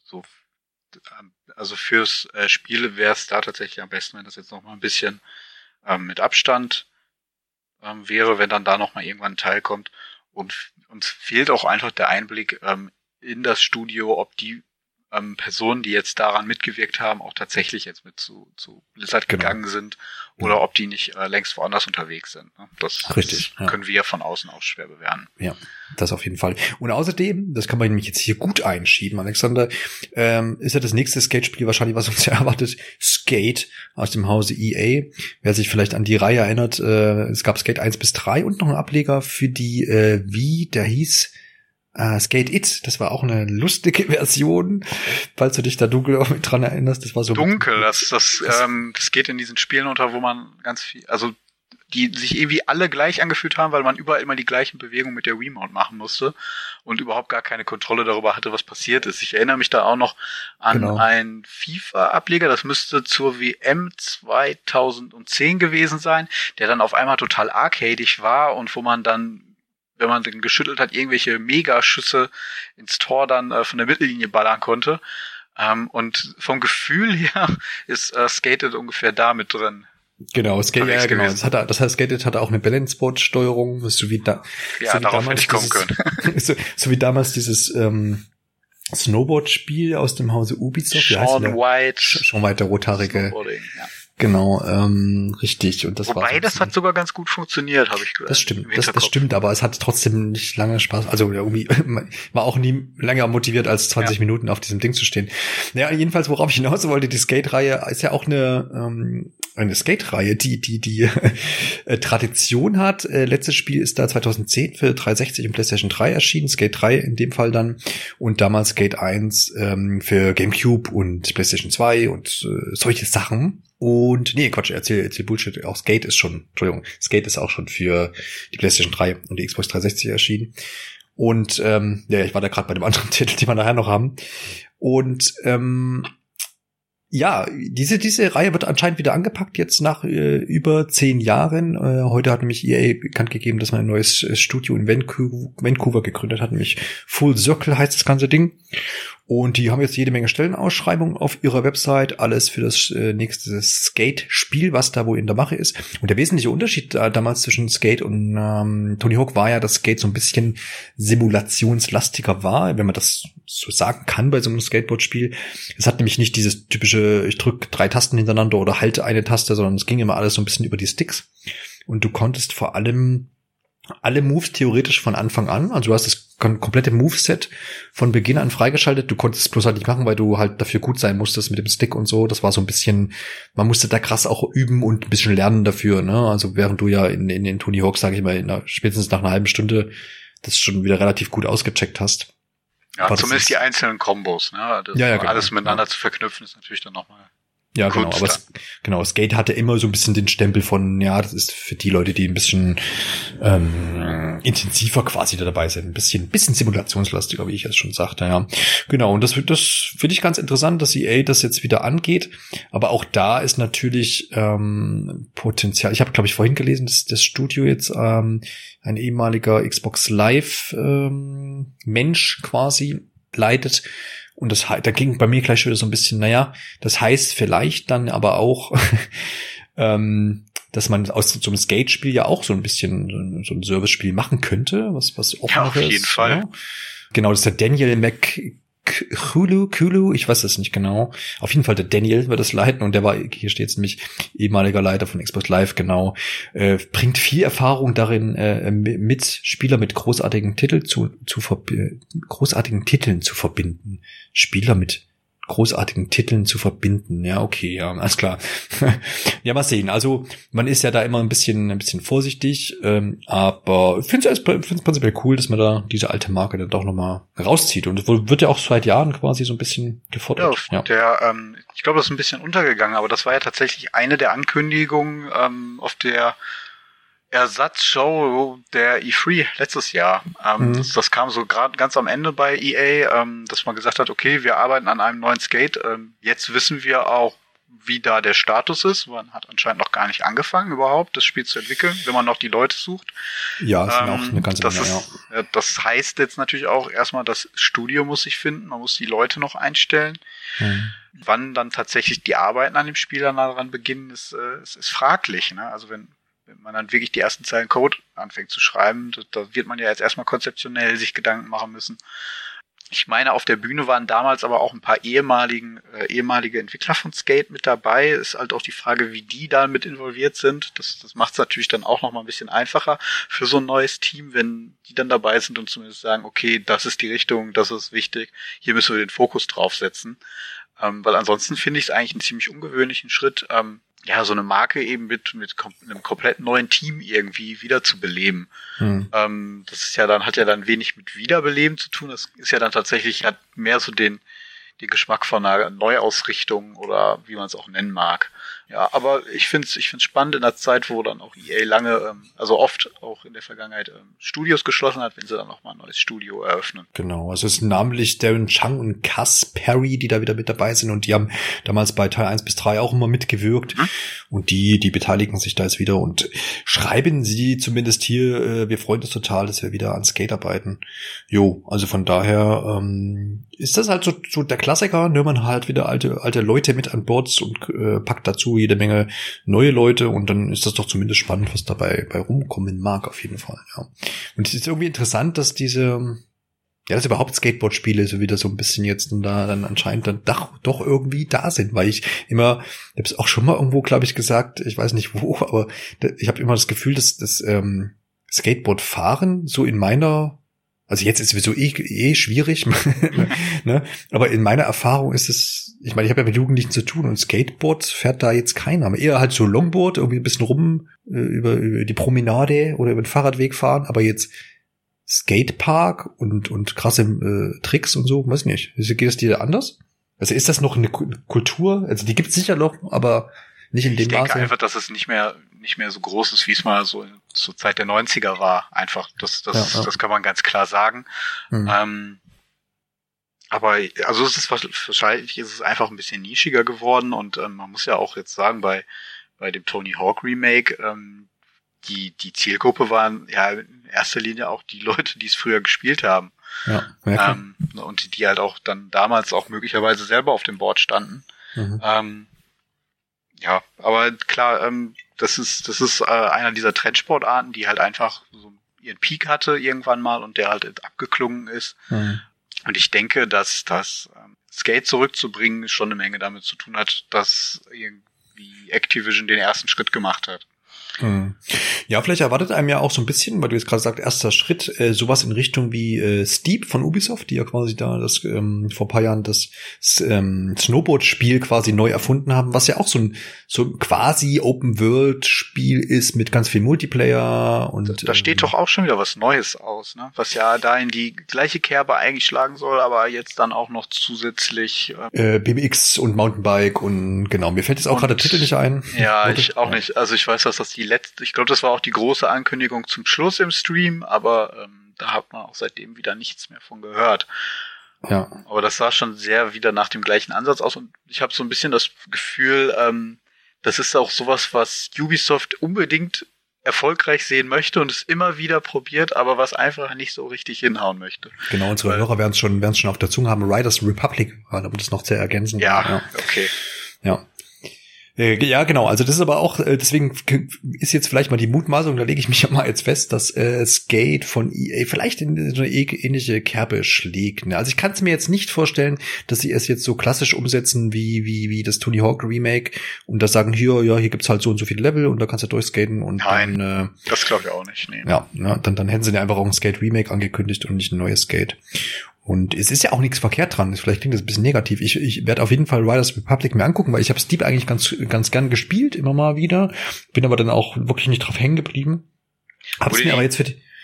also fürs Spiel wäre es da tatsächlich am besten, wenn das jetzt noch mal ein bisschen mit Abstand wäre, wenn dann da noch mal irgendwann ein Teil kommt. Und uns fehlt auch einfach der Einblick in das Studio, ob die Personen, die jetzt daran mitgewirkt haben, auch tatsächlich jetzt mit zu Blizzard gegangen sind oder ob die nicht längst woanders unterwegs sind. Ne? Das können wir von außen auch schwer bewerten. Ja, das auf jeden Fall. Und außerdem, das kann man nämlich jetzt hier gut einschieben, Alexander, ist ja das nächste Skate-Spiel wahrscheinlich, was uns erwartet, Skate aus dem Hause EA. Wer sich vielleicht an die Reihe erinnert, es gab Skate 1 bis 3 und noch einen Ableger für die Wii, der hieß Skate It, das war auch eine lustige Version, falls du dich da dunkel auch mit dran erinnerst. Das war so dunkel. Das geht in diesen Spielen unter, wo man ganz viel, also die sich irgendwie alle gleich angefühlt haben, weil man überall immer die gleichen Bewegungen mit der Wiimote machen musste und überhaupt gar keine Kontrolle darüber hatte, was passiert ist. Ich erinnere mich da auch noch an einen FIFA-Ableger, das müsste zur WM 2010 gewesen sein, der dann auf einmal total arcadig war und wo man dann, wenn man den geschüttelt hat, irgendwelche Megaschüsse ins Tor dann von der Mittellinie ballern konnte. Und vom Gefühl her ist Skated ungefähr da mit drin. Genau, genau. Das heißt, Skated hatte auch eine Balance-Board-Steuerung, so wie darauf hätte ich kommen können. so wie damals dieses Snowboard-Spiel aus dem Hause Ubisoft. Shaun White, der rothaarige. Genau, richtig. Und das Wobei, das hat sogar ganz gut funktioniert, habe ich gehört. Das stimmt, das stimmt, aber es hat trotzdem nicht lange Spaß. Also irgendwie war auch nie länger motiviert, als 20 Minuten auf diesem Ding zu stehen. Naja, jedenfalls, worauf ich hinaus wollte, die Skate-Reihe ist ja auch eine Skate-Reihe, die Tradition hat. Letztes Spiel ist da 2010 für 360 und PlayStation 3 erschienen, Skate 3 in dem Fall dann. Und damals Skate 1 für GameCube und PlayStation 2 und solche Sachen. Und nee, Quatsch, erzähl Bullshit. Auch Skate ist auch schon für die PlayStation 3 und die Xbox 360 erschienen. Und ich war da gerade bei dem anderen Titel, die wir nachher noch haben. Und diese Reihe wird anscheinend wieder angepackt, jetzt nach über 10 Jahren. Heute hat nämlich EA bekannt gegeben, dass man ein neues Studio in Vancouver gegründet hat, nämlich Full Circle heißt das ganze Ding. Und die haben jetzt jede Menge Stellenausschreibungen auf ihrer Website, alles für das nächste Skate-Spiel, was da wohl in der Mache ist. Und der wesentliche Unterschied damals zwischen Skate und Tony Hawk war ja, dass Skate so ein bisschen simulationslastiger war, wenn man das so sagen kann bei so einem Skateboard-Spiel. Es hat nämlich nicht dieses typische, ich drücke 3 Tasten hintereinander oder halte eine Taste, sondern es ging immer alles so ein bisschen über die Sticks. Und du konntest vor allem alle Moves theoretisch von Anfang an, also du hast das komplette Moveset von Beginn an freigeschaltet, du konntest es bloß halt nicht machen, weil du halt dafür gut sein musstest mit dem Stick und so, das war so ein bisschen, man musste da krass auch üben und ein bisschen lernen dafür, ne, also während du ja in den Tony Hawk, sage ich mal, spätestens nach einer halben Stunde das schon wieder relativ gut ausgecheckt hast. Ja, aber zumindest die einzelnen Kombos, ne, das genau, alles miteinander zu verknüpfen ist natürlich dann nochmal. Ja, genau, aber Skate hatte immer so ein bisschen den Stempel von, ja, das ist für die Leute, die ein bisschen intensiver quasi da dabei sind, ein bisschen simulationslastiger, wie ich es schon sagte, ja. Genau, und das finde ich ganz interessant, dass EA das jetzt wieder angeht, aber auch da ist natürlich Potenzial. Ich habe, glaube ich, vorhin gelesen, dass das Studio jetzt ein ehemaliger Xbox Live Mensch quasi leitet. Und da ging bei mir gleich wieder so ein bisschen, das heißt vielleicht dann aber auch, dass man aus so einem Skate-Spiel ja auch so ein bisschen so ein Service-Spiel machen könnte, was auch ja, auf jeden Fall. Ja. Genau, das ist der Daniel Kulu, ich weiß das nicht genau. Auf jeden Fall der Daniel wird das leiten und der war, hier steht jetzt nämlich ehemaliger Leiter von Xbox Live, genau. Bringt viel Erfahrung darin, mit Spieler mit großartigen Titeln zu verbinden. Spieler mit großartigen Titeln zu verbinden. Ja, okay, ja, alles klar. Ja, mal sehen. Also, man ist ja da immer ein bisschen vorsichtig, aber ich finde es prinzipiell cool, dass man da diese alte Marke dann doch nochmal rauszieht. Und das wird ja auch seit Jahren quasi so ein bisschen gefordert. Ja, ich glaube, das ist ein bisschen untergegangen, aber das war ja tatsächlich eine der Ankündigungen auf der Ersatzshow der E3 letztes Jahr. Das kam so gerade ganz am Ende bei EA, dass man gesagt hat, okay, wir arbeiten an einem neuen Skate. Jetzt wissen wir auch, wie da der Status ist. Man hat anscheinend noch gar nicht angefangen, überhaupt das Spiel zu entwickeln, wenn man noch die Leute sucht. Ja, ist auch eine ganze Menge, ja. Das heißt jetzt natürlich auch erstmal, das Studio muss sich finden, man muss die Leute noch einstellen. Wann dann tatsächlich die Arbeiten an dem Spiel dann daran beginnen, ist fraglich. Ne? Also wenn man dann wirklich die ersten Zeilen Code anfängt zu schreiben, da wird man ja jetzt erstmal konzeptionell sich Gedanken machen müssen. Ich meine, auf der Bühne waren damals aber auch ein paar ehemalige Entwickler von Skate mit dabei. Ist halt auch die Frage, wie die da mit involviert sind. Das macht es natürlich dann auch noch mal ein bisschen einfacher für so ein neues Team, wenn die dann dabei sind und zumindest sagen, okay, das ist die Richtung, das ist wichtig, hier müssen wir den Fokus drauf setzen. Weil ansonsten finde ich es eigentlich einen ziemlich ungewöhnlichen Schritt, so eine Marke eben mit einem komplett neuen Team irgendwie wieder zu beleben. Das ist hat ja dann wenig mit Wiederbeleben zu tun. Das ist ja dann tatsächlich, hat mehr so den Geschmack von einer Neuausrichtung oder wie man es auch nennen mag. Ja, aber ich find's spannend in der Zeit, wo dann auch EA lange, also oft auch in der Vergangenheit Studios geschlossen hat, wenn sie dann nochmal ein neues Studio eröffnen. Genau, also es sind namentlich Darren Chang und Cass Perry, die da wieder mit dabei sind und die haben damals bei Teil 1 bis 3 auch immer mitgewirkt und die beteiligen sich da jetzt wieder und schreiben sie zumindest hier, wir freuen uns total, dass wir wieder an Skate arbeiten. Jo, also von daher ist das halt so der Klassiker, nimmt man halt wieder alte Leute mit an Bord und packt dazu jede Menge neue Leute und dann ist das doch zumindest spannend, was dabei bei rumkommen mag, auf jeden Fall, ja. Und es ist irgendwie interessant, dass dass überhaupt Skateboard-Spiele so wieder so ein bisschen jetzt da dann anscheinend dann doch irgendwie da sind, weil ich habe es auch schon mal irgendwo, glaube ich, gesagt, ich weiß nicht wo, aber ich habe immer das Gefühl, dass das Skateboard-Fahren so in meiner, also jetzt ist es sowieso schwierig, ne? Aber in meiner Erfahrung ist es, ich meine, ich habe ja mit Jugendlichen zu tun und Skateboard fährt da jetzt keiner, aber eher halt so Longboard, irgendwie ein bisschen rum über die Promenade oder über den Fahrradweg fahren, aber jetzt Skatepark und krasse Tricks und so, weiß nicht. Geht es dir anders? Also ist das noch eine Kultur? Also die gibt's sicher noch, aber nicht in dem Maße. Ich denke einfach, dass es nicht mehr so groß ist, wie es mal so zur Zeit der 90er war. Einfach, das kann man ganz klar sagen. Aber also wahrscheinlich ist es einfach ein bisschen nischiger geworden und man muss ja auch jetzt sagen, bei dem Tony Hawk Remake, die Zielgruppe waren ja in erster Linie auch die Leute, die es früher gespielt haben. Ja, und die halt auch dann damals auch möglicherweise selber auf dem Board standen. Aber klar, das ist einer dieser Trendsportarten, die halt einfach so ihren Peak hatte irgendwann mal und der halt abgeklungen ist. Und ich denke, dass das Skate zurückzubringen schon eine Menge damit zu tun hat, dass irgendwie Activision den ersten Schritt gemacht hat. Ja, vielleicht erwartet einem ja auch so ein bisschen, weil du jetzt gerade sagst, erster Schritt, sowas in Richtung wie Steep von Ubisoft, die ja quasi da vor ein paar Jahren das Snowboard-Spiel quasi neu erfunden haben, was ja auch so ein quasi Open-World-Spiel ist mit ganz viel Multiplayer und da steht doch auch schon wieder was Neues aus, ne? Was ja da in die gleiche Kerbe eigentlich schlagen soll, aber jetzt dann auch noch zusätzlich BMX und Mountainbike und genau, mir fällt jetzt auch gerade der Titel nicht ein. Ja, ich auch nicht. Also ich weiß, dass das ich glaube, das war auch die große Ankündigung zum Schluss im Stream, aber da hat man auch seitdem wieder nichts mehr von gehört. Ja. Aber das sah schon sehr wieder nach dem gleichen Ansatz aus und ich habe so ein bisschen das Gefühl, das ist auch sowas, was Ubisoft unbedingt erfolgreich sehen möchte und es immer wieder probiert, aber was einfach nicht so richtig hinhauen möchte. Genau, unsere Hörer werden es schon auf der Zunge haben. Riders Republic, um das noch zu ergänzen. Ja, okay. Ja. Ja, genau. Also das ist aber auch, deswegen ist jetzt vielleicht mal die Mutmaßung, da lege ich mich ja mal jetzt fest, dass Skate von EA vielleicht in so eine ähnliche Kerbe schlägt. Ne? Also ich kann es mir jetzt nicht vorstellen, dass sie es jetzt so klassisch umsetzen wie das Tony Hawk Remake und da sagen, hier gibt's halt so und so viele Level und da kannst du durchskaten und nein, dann, das glaube ich auch nicht. Nee. Ja, dann hätten sie ja einfach auch ein Skate Remake angekündigt und nicht ein neues Skate. Und es ist ja auch nichts verkehrt dran. Vielleicht klingt das ein bisschen negativ. Ich werde auf jeden Fall Riders Republic mir angucken, weil ich habe Steep eigentlich ganz gern gespielt, immer mal wieder. Bin aber dann auch wirklich nicht drauf hängen geblieben. Hab's mir aber jetzt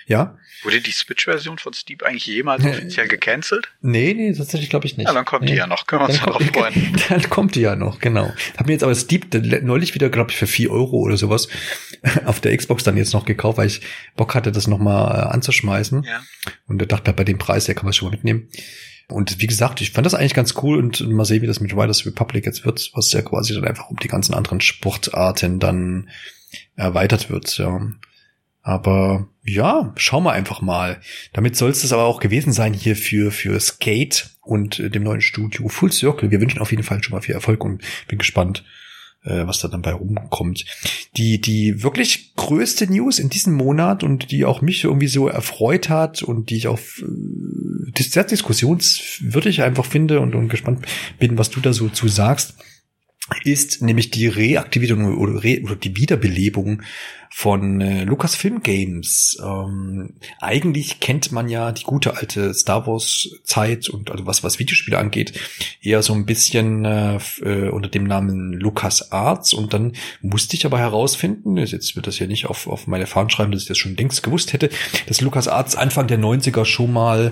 Ja? Wurde die Switch-Version von Steep eigentlich jemals offiziell gecancelt? Nee, tatsächlich glaube ich nicht. Ja, dann kommt die ja noch. Können wir uns darauf freuen. Dann kommt die ja noch, genau. Hab mir jetzt aber Steep neulich wieder, glaube ich, für 4 Euro oder sowas auf der Xbox dann jetzt noch gekauft, weil ich Bock hatte, das nochmal anzuschmeißen. Ja. Und da dachte ich, bei dem Preis, der kann man es schon mal mitnehmen. Und wie gesagt, ich fand das eigentlich ganz cool und mal sehen, wie das mit Riders Republic jetzt wird, was ja quasi dann einfach um die ganzen anderen Sportarten dann erweitert wird, ja. Aber ja, schauen wir einfach mal. Damit soll es das aber auch gewesen sein hier für Skate und dem neuen Studio Full Circle. Wir wünschen auf jeden Fall schon mal viel Erfolg und bin gespannt, was da dann bei rumkommt. Die wirklich größte News in diesem Monat und die auch mich irgendwie so erfreut hat und die ich auch sehr diskussionswürdig einfach finde und gespannt bin, was du da so zu sagst, ist nämlich die Reaktivierung oder die Wiederbelebung von Lucasfilm Games. Eigentlich kennt man ja die gute alte Star Wars Zeit und also was Videospiele angeht, eher so ein bisschen unter dem Namen LucasArts, und dann musste ich aber herausfinden, jetzt wird das ja nicht auf meine Fahnen schreiben, dass ich das schon längst gewusst hätte, dass LucasArts Anfang der 90er schon mal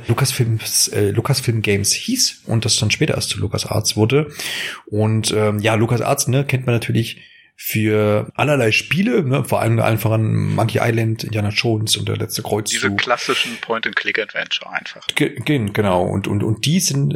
Lucasfilm Games hieß und das dann später erst zu LucasArts wurde. Und ja, LucasArts, ne, kennt man natürlich für allerlei Spiele, ne, vor allem allen voran Monkey Island, Indiana Jones und der letzte Kreuzzug. Diese klassischen Point-and-Click-Adventure einfach. Genau, und die sind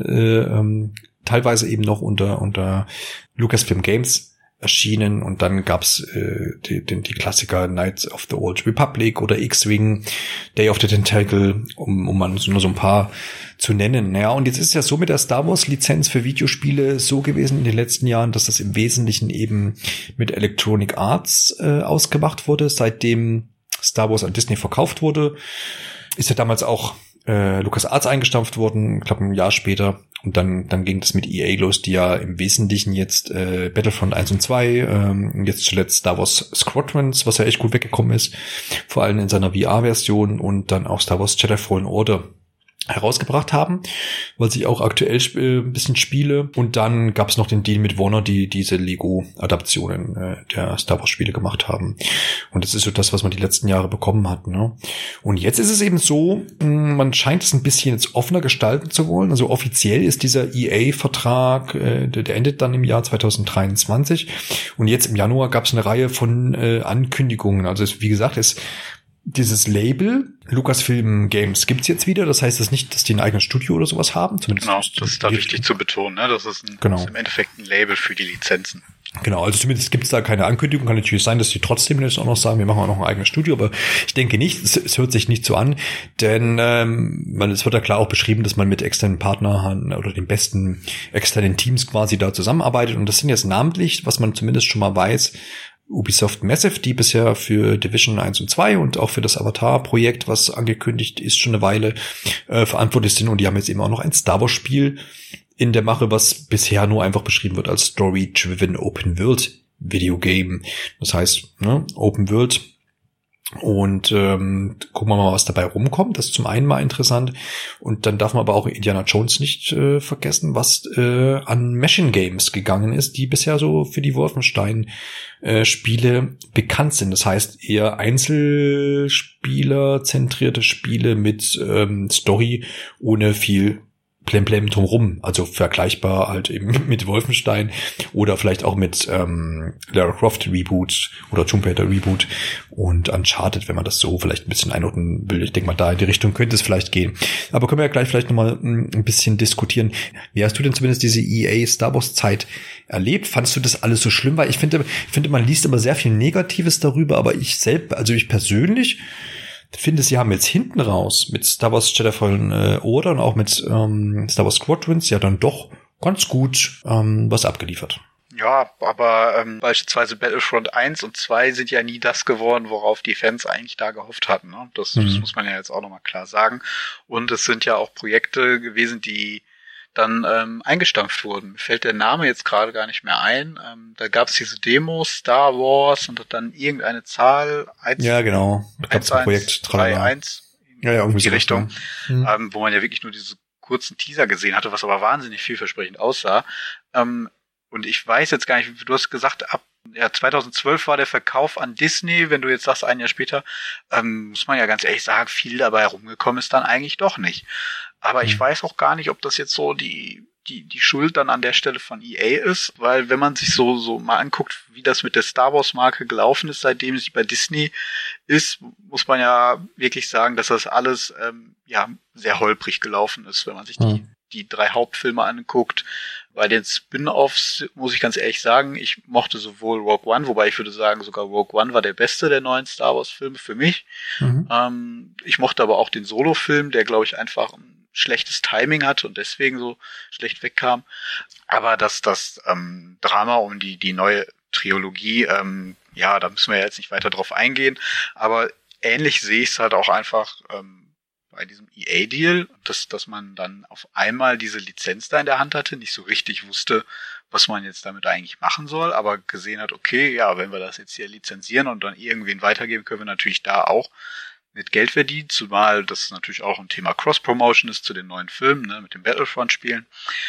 teilweise eben noch unter Lucasfilm Games erschienen, und dann gab's die Klassiker Knights of the Old Republic oder X-Wing, Day of the Tentacle, um mal nur so ein paar zu nennen. Ja, und jetzt ist ja so mit der Star Wars Lizenz für Videospiele so gewesen in den letzten Jahren, dass das im Wesentlichen eben mit Electronic Arts ausgemacht wurde. Seitdem Star Wars an Disney verkauft wurde, ist ja damals auch LucasArts eingestampft worden, ich glaube ein Jahr später. Und dann ging das mit EA los, die ja im Wesentlichen jetzt Battlefront 1 und 2, jetzt zuletzt Star Wars Squadrons, was ja echt gut weggekommen ist, vor allem in seiner VR-Version, und dann auch Star Wars Jedi Fallen Order herausgebracht haben, weil ich auch aktuell ein bisschen spiele. Und dann gab es noch den Deal mit Warner, die diese Lego-Adaptionen der Star Wars-Spiele gemacht haben. Und das ist so das, was man die letzten Jahre bekommen hat, ne? Und jetzt ist es eben so, man scheint es ein bisschen jetzt offener gestalten zu wollen. Also offiziell ist dieser EA-Vertrag, der endet dann im Jahr 2023. Und jetzt im Januar gab es eine Reihe von Ankündigungen. Also wie gesagt, dieses Label Lucasfilm Games gibt's jetzt wieder. Das heißt das nicht, dass die ein eigenes Studio oder sowas haben. Zumindest genau, das ist da wichtig zu betonen. Ne? Das ist im Endeffekt ein Label für die Lizenzen. Genau, also zumindest gibt's da keine Ankündigung. Kann natürlich sein, dass die trotzdem jetzt auch noch sagen, wir machen auch noch ein eigenes Studio, aber ich denke nicht, es hört sich nicht so an, denn es wird ja klar auch beschrieben, dass man mit externen Partnern oder den besten externen Teams quasi da zusammenarbeitet, und das sind jetzt namentlich, was man zumindest schon mal weiß, Ubisoft Massive, die bisher für Division 1 und 2 und auch für das Avatar-Projekt, was angekündigt ist, schon eine Weile verantwortlich sind, und die haben jetzt eben auch noch ein Star Wars-Spiel in der Mache, was bisher nur einfach beschrieben wird als Story-Driven Open-World-Videogame. Das heißt, ne, Open World. Und gucken wir mal, was dabei rumkommt. Das ist zum einen mal interessant. Und dann darf man aber auch Indiana Jones nicht vergessen, was an Machine Games gegangen ist, die bisher so für die Wolfenstein-Spiele bekannt sind. Das heißt eher Einzelspieler-zentrierte Spiele mit Story ohne viel Plemplem drumrum, also vergleichbar halt eben mit Wolfenstein oder vielleicht auch mit Lara Croft Reboot oder Tomb Raider Reboot und Uncharted, wenn man das so vielleicht ein bisschen einordnen will. Ich denke mal, da in die Richtung könnte es vielleicht gehen. Aber können wir ja gleich vielleicht nochmal ein bisschen diskutieren. Wie hast du denn zumindest diese EA Star Wars Zeit erlebt? Fandest du das alles so schlimm? Weil ich finde, man liest immer sehr viel Negatives darüber, aber ich persönlich finde, sie haben jetzt hinten raus mit Star Wars Jedi Fallen Order und auch mit Star Wars Squadrons ja dann doch ganz gut was abgeliefert. Ja, aber beispielsweise Battlefront 1 und 2 sind ja nie das geworden, worauf die Fans eigentlich da gehofft hatten. Ne? Das muss man ja jetzt auch nochmal klar sagen. Und es sind ja auch Projekte gewesen, die dann eingestampft wurden. Mir fällt der Name jetzt gerade gar nicht mehr ein. Da gab es diese Demos, Star Wars und dann irgendeine Zahl. Ja, genau. Da gab es ein Projekt 3-1 ja, irgendwie die Richtung, wo man ja wirklich nur diese kurzen Teaser gesehen hatte, was aber wahnsinnig vielversprechend aussah. Und ich weiß jetzt gar nicht, du hast gesagt, ab 2012 war der Verkauf an Disney, wenn du jetzt sagst, ein Jahr später, muss man ja ganz ehrlich sagen, viel dabei herumgekommen ist dann eigentlich doch nicht. Aber ich weiß auch gar nicht, ob das jetzt so die Schuld dann an der Stelle von EA ist, weil wenn man sich so mal anguckt, wie das mit der Star Wars Marke gelaufen ist, seitdem sie bei Disney ist, muss man ja wirklich sagen, dass das alles sehr holprig gelaufen ist, wenn man sich die 3 Hauptfilme anguckt. Bei den Spin-Offs muss ich ganz ehrlich sagen, ich mochte sowohl Rogue One, wobei ich würde sagen, sogar Rogue One war der beste der neuen Star Wars Filme für mich. Ich mochte aber auch den Solo-Film, der glaube ich einfach schlechtes Timing hatte und deswegen so schlecht wegkam. Aber das Drama um die neue Trilogie, da müssen wir ja jetzt nicht weiter drauf eingehen, aber ähnlich sehe ich es halt auch einfach bei diesem EA-Deal, dass man dann auf einmal diese Lizenz da in der Hand hatte, nicht so richtig wusste, was man jetzt damit eigentlich machen soll, aber gesehen hat, okay, ja, wenn wir das jetzt hier lizenzieren und dann irgendwen weitergeben, können wir natürlich da auch mit Geld verdient, zumal das natürlich auch ein Thema Cross-Promotion ist zu den neuen Filmen, ne, mit den Battlefront-Spielen.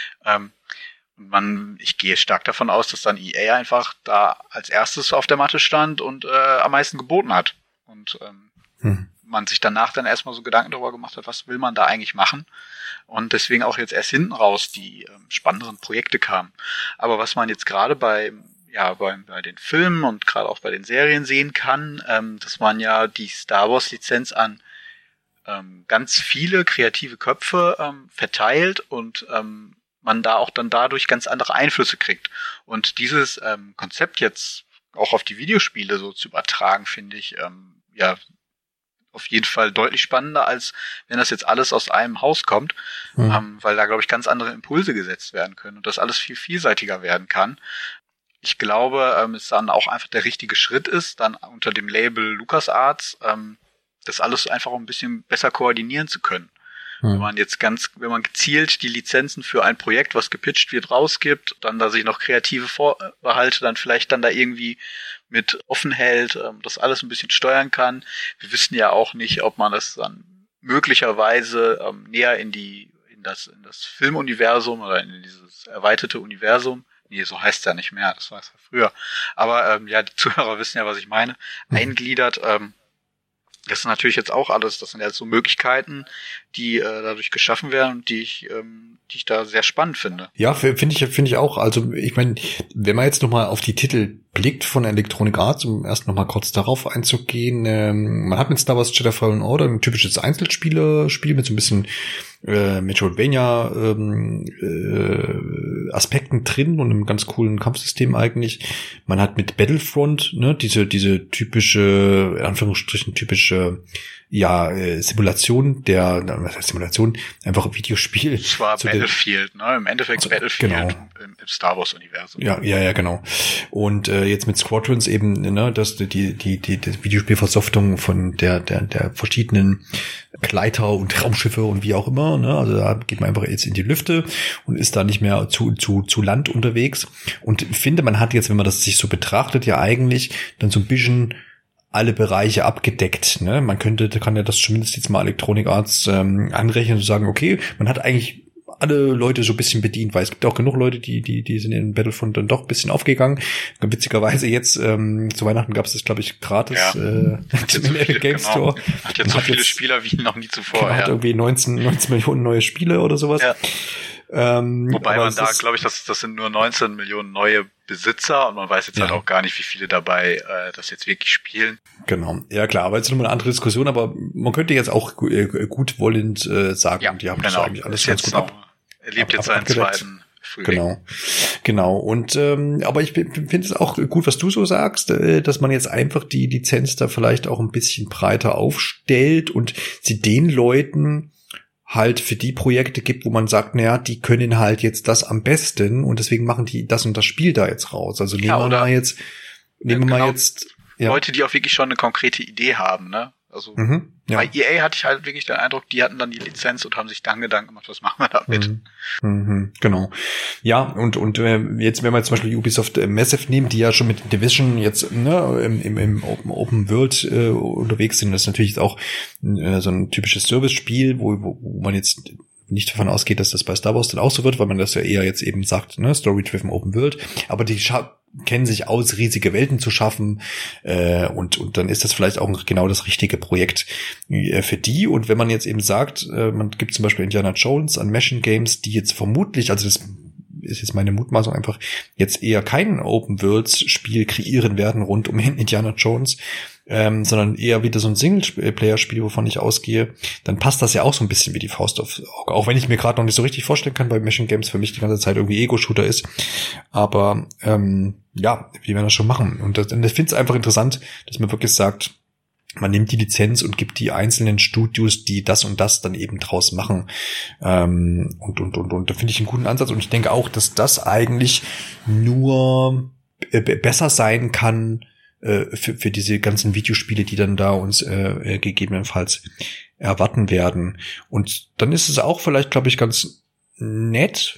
Ich gehe stark davon aus, dass dann EA einfach da als erstes auf der Matte stand und am meisten geboten hat. Und man sich danach dann erstmal so Gedanken darüber gemacht hat, was will man da eigentlich machen? Und deswegen auch jetzt erst hinten raus die spannenderen Projekte kamen. Aber was man jetzt gerade bei den Filmen und gerade auch bei den Serien sehen kann, dass man ja die Star Wars Lizenz an ganz viele kreative Köpfe verteilt und man da auch dann dadurch ganz andere Einflüsse kriegt. Und dieses Konzept jetzt auch auf die Videospiele so zu übertragen, finde ich auf jeden Fall deutlich spannender, als wenn das jetzt alles aus einem Haus kommt, weil da, glaube ich, ganz andere Impulse gesetzt werden können und das alles viel vielseitiger werden kann. Ich glaube, es dann auch einfach der richtige Schritt ist, dann unter dem Label LucasArts das alles einfach auch ein bisschen besser koordinieren zu können. Wenn man gezielt die Lizenzen für ein Projekt, was gepitcht wird, rausgibt, dann da sich noch kreative Vorbehalte dann vielleicht dann da irgendwie mit offen hält, das alles ein bisschen steuern kann. Wir wissen ja auch nicht, ob man das dann möglicherweise näher in das Filmuniversum oder in dieses erweiterte Universum, nee, so heißt es ja nicht mehr, das war es ja früher, aber die Zuhörer wissen ja, was ich meine, eingliedert. Das ist natürlich jetzt auch alles, das sind ja so Möglichkeiten, die dadurch geschaffen werden und die ich da sehr spannend finde. Ja, finde ich auch. Also ich meine, wenn man jetzt nochmal auf die Titel blickt von Electronic Arts, um erst nochmal kurz darauf einzugehen, man hat mit Star Wars Jedi Fallen Order ein typisches Einzelspieler-Spiel mit so ein bisschen Metroidvania Aspekten drin und einem ganz coolen Kampfsystem eigentlich. Man hat mit Battlefront diese typische, in Anführungsstrichen typische Simulation was heißt Simulation? Einfach ein Videospiel. Es war Battlefield, Im Endeffekt Battlefield genau. im Star Wars Universum. Ja, genau. Und jetzt mit Squadrons eben, dass die Videospielversoftung von der verschiedenen Gleiter und Raumschiffe und wie auch immer, also da geht man einfach jetzt in die Lüfte und ist da nicht mehr zu Land unterwegs. Und ich finde, man hat jetzt, wenn man das sich so betrachtet, ja eigentlich dann so ein bisschen alle Bereiche abgedeckt. Man kann ja das zumindest jetzt mal Electronic Arts anrechnen und sagen, okay, man hat eigentlich alle Leute so ein bisschen bedient, weil es gibt auch genug Leute, die sind in Battlefront dann doch ein bisschen aufgegangen. Witzigerweise jetzt zu Weihnachten gab es das, glaube ich, gratis im Epic Game Store. Hat jetzt so viele Spieler wie noch nie zuvor. Genau, hat irgendwie 19 Millionen neue Spiele oder sowas. Ja. Wobei man da, glaube ich, das sind nur 19 Millionen neue Besitzer und man weiß jetzt halt auch gar nicht, wie viele dabei das jetzt wirklich spielen. Genau, ja klar, aber jetzt nochmal eine andere Diskussion, aber man könnte jetzt auch gut wollend sagen, die haben das eigentlich alles ganz gut Er lebt jetzt seinen zweiten Frühling. Genau. Und aber ich finde es auch gut, was du so sagst, dass man jetzt einfach die Lizenz da vielleicht auch ein bisschen breiter aufstellt und sie den Leuten halt für die Projekte gibt, wo man sagt, die können halt jetzt das am besten und deswegen machen die das und das Spiel da jetzt raus. Also nehmen wir mal jetzt Leute, die auch wirklich schon eine konkrete Idee haben, Also bei EA hatte ich halt wirklich den Eindruck, die hatten dann die Lizenz und haben sich dann Gedanken gemacht, was machen wir damit. Genau. Ja, und jetzt, wenn wir zum Beispiel Ubisoft Massive nehmen, die ja schon mit Division jetzt im Open World unterwegs sind, das ist natürlich auch so ein typisches Service-Spiel, wo man jetzt nicht davon ausgeht, dass das bei Star Wars dann auch so wird, weil man das ja eher jetzt eben sagt, Story-driven Open World. Aber die kennen sich aus, riesige Welten zu schaffen, und dann ist das vielleicht auch genau das richtige Projekt für die. Und wenn man jetzt eben sagt, man gibt zum Beispiel Indiana Jones an Machine Games, die jetzt vermutlich, also das ist jetzt meine Mutmaßung, einfach jetzt eher kein Open-Worlds-Spiel kreieren werden rund um Indiana Jones, sondern eher wieder so ein Singleplayer-Spiel, wovon ich ausgehe, dann passt das ja auch so ein bisschen wie die Faust aufs Auge. Auch wenn ich mir gerade noch nicht so richtig vorstellen kann, weil Machine Games für mich die ganze Zeit irgendwie Ego-Shooter ist. Aber ja, wie wir das schon machen. Und ich finde es einfach interessant, dass man wirklich sagt, man nimmt die Lizenz und gibt die einzelnen Studios, die das und das dann eben draus machen. Und da finde ich einen guten Ansatz. Und ich denke auch, dass das eigentlich nur besser sein kann für diese ganzen Videospiele, die dann da uns gegebenenfalls erwarten werden. Und dann ist es auch vielleicht, glaube ich, ganz nett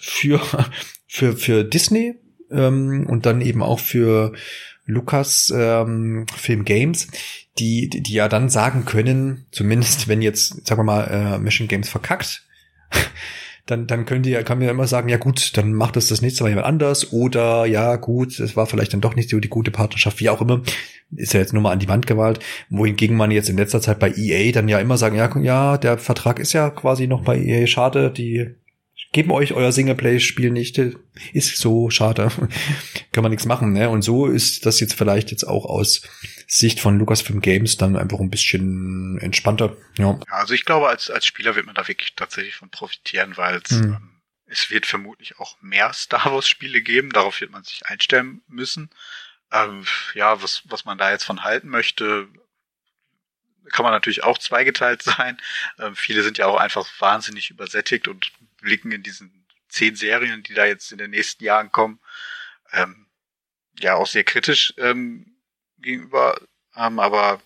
für Disney und dann eben auch für Lucas Film Games, die ja dann sagen können, zumindest wenn jetzt, sagen wir mal, Machine Games verkackt, dann kann man ja immer sagen, ja gut, dann macht das nächste Mal jemand anders, oder ja gut, es war vielleicht dann doch nicht so die gute Partnerschaft, wie auch immer, ist ja jetzt nur mal an die Wand gemalt, wohingegen man jetzt in letzter Zeit bei EA dann ja immer sagen, ja, der Vertrag ist ja quasi noch bei EA, schade, die geben euch euer Singleplay-Spiel nicht, ist so schade, kann man nichts machen, ne? Und so ist das jetzt vielleicht jetzt auch aus Sicht von Lucasfilm Games dann einfach ein bisschen entspannter. Ja. Also ich glaube, als Spieler wird man da wirklich tatsächlich von profitieren, weil es wird vermutlich auch mehr Star Wars Spiele geben, darauf wird man sich einstellen müssen. Ja, was man da jetzt von halten möchte, kann man natürlich auch zweigeteilt sein. Viele sind ja auch einfach wahnsinnig übersättigt und blicken in diesen 10 Serien, die da jetzt in den nächsten Jahren kommen, ja auch sehr kritisch gegenüber. Aber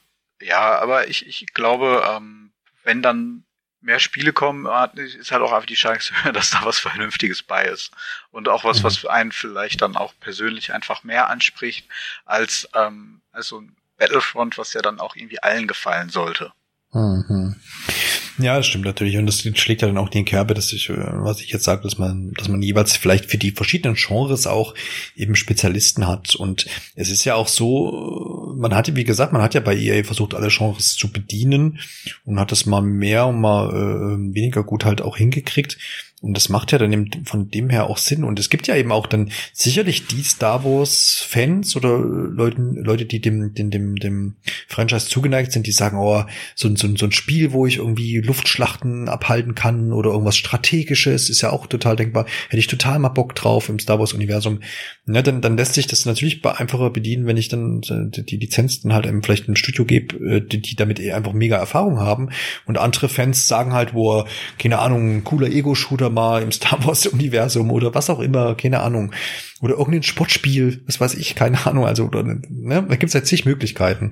ich glaube, wenn dann mehr Spiele kommen, ist halt auch einfach die Chance höher, dass da was Vernünftiges bei ist. Und auch was einen vielleicht dann auch persönlich einfach mehr anspricht, als so ein Battlefront, was ja dann auch irgendwie allen gefallen sollte. Mhm. Ja, das stimmt natürlich. Und das schlägt ja dann auch die Kerbe, was ich jetzt sage, dass man jeweils vielleicht für die verschiedenen Genres auch eben Spezialisten hat. Und es ist ja auch so, man hat ja bei EA versucht, alle Genres zu bedienen und hat das mal mehr und mal weniger gut halt auch hingekriegt. Und das macht ja dann eben von dem her auch Sinn. Und es gibt ja eben auch dann sicherlich die Star Wars Fans oder Leute, die dem Franchise zugeneigt sind, die sagen, oh, so ein Spiel, wo ich irgendwie Luftschlachten abhalten kann oder irgendwas Strategisches, ist ja auch total denkbar. Hätte ich total mal Bock drauf im Star Wars Universum. Ja, dann lässt sich das natürlich einfacher bedienen, wenn ich dann die Lizenz dann halt eben vielleicht einem Studio gebe, die damit einfach mega Erfahrung haben. Und andere Fans sagen halt, wo, keine Ahnung, cooler Ego-Shooter mal im Star Wars Universum oder was auch immer, keine Ahnung. Oder irgendein Sportspiel, was weiß ich, keine Ahnung. Also, da gibt's halt zig Möglichkeiten.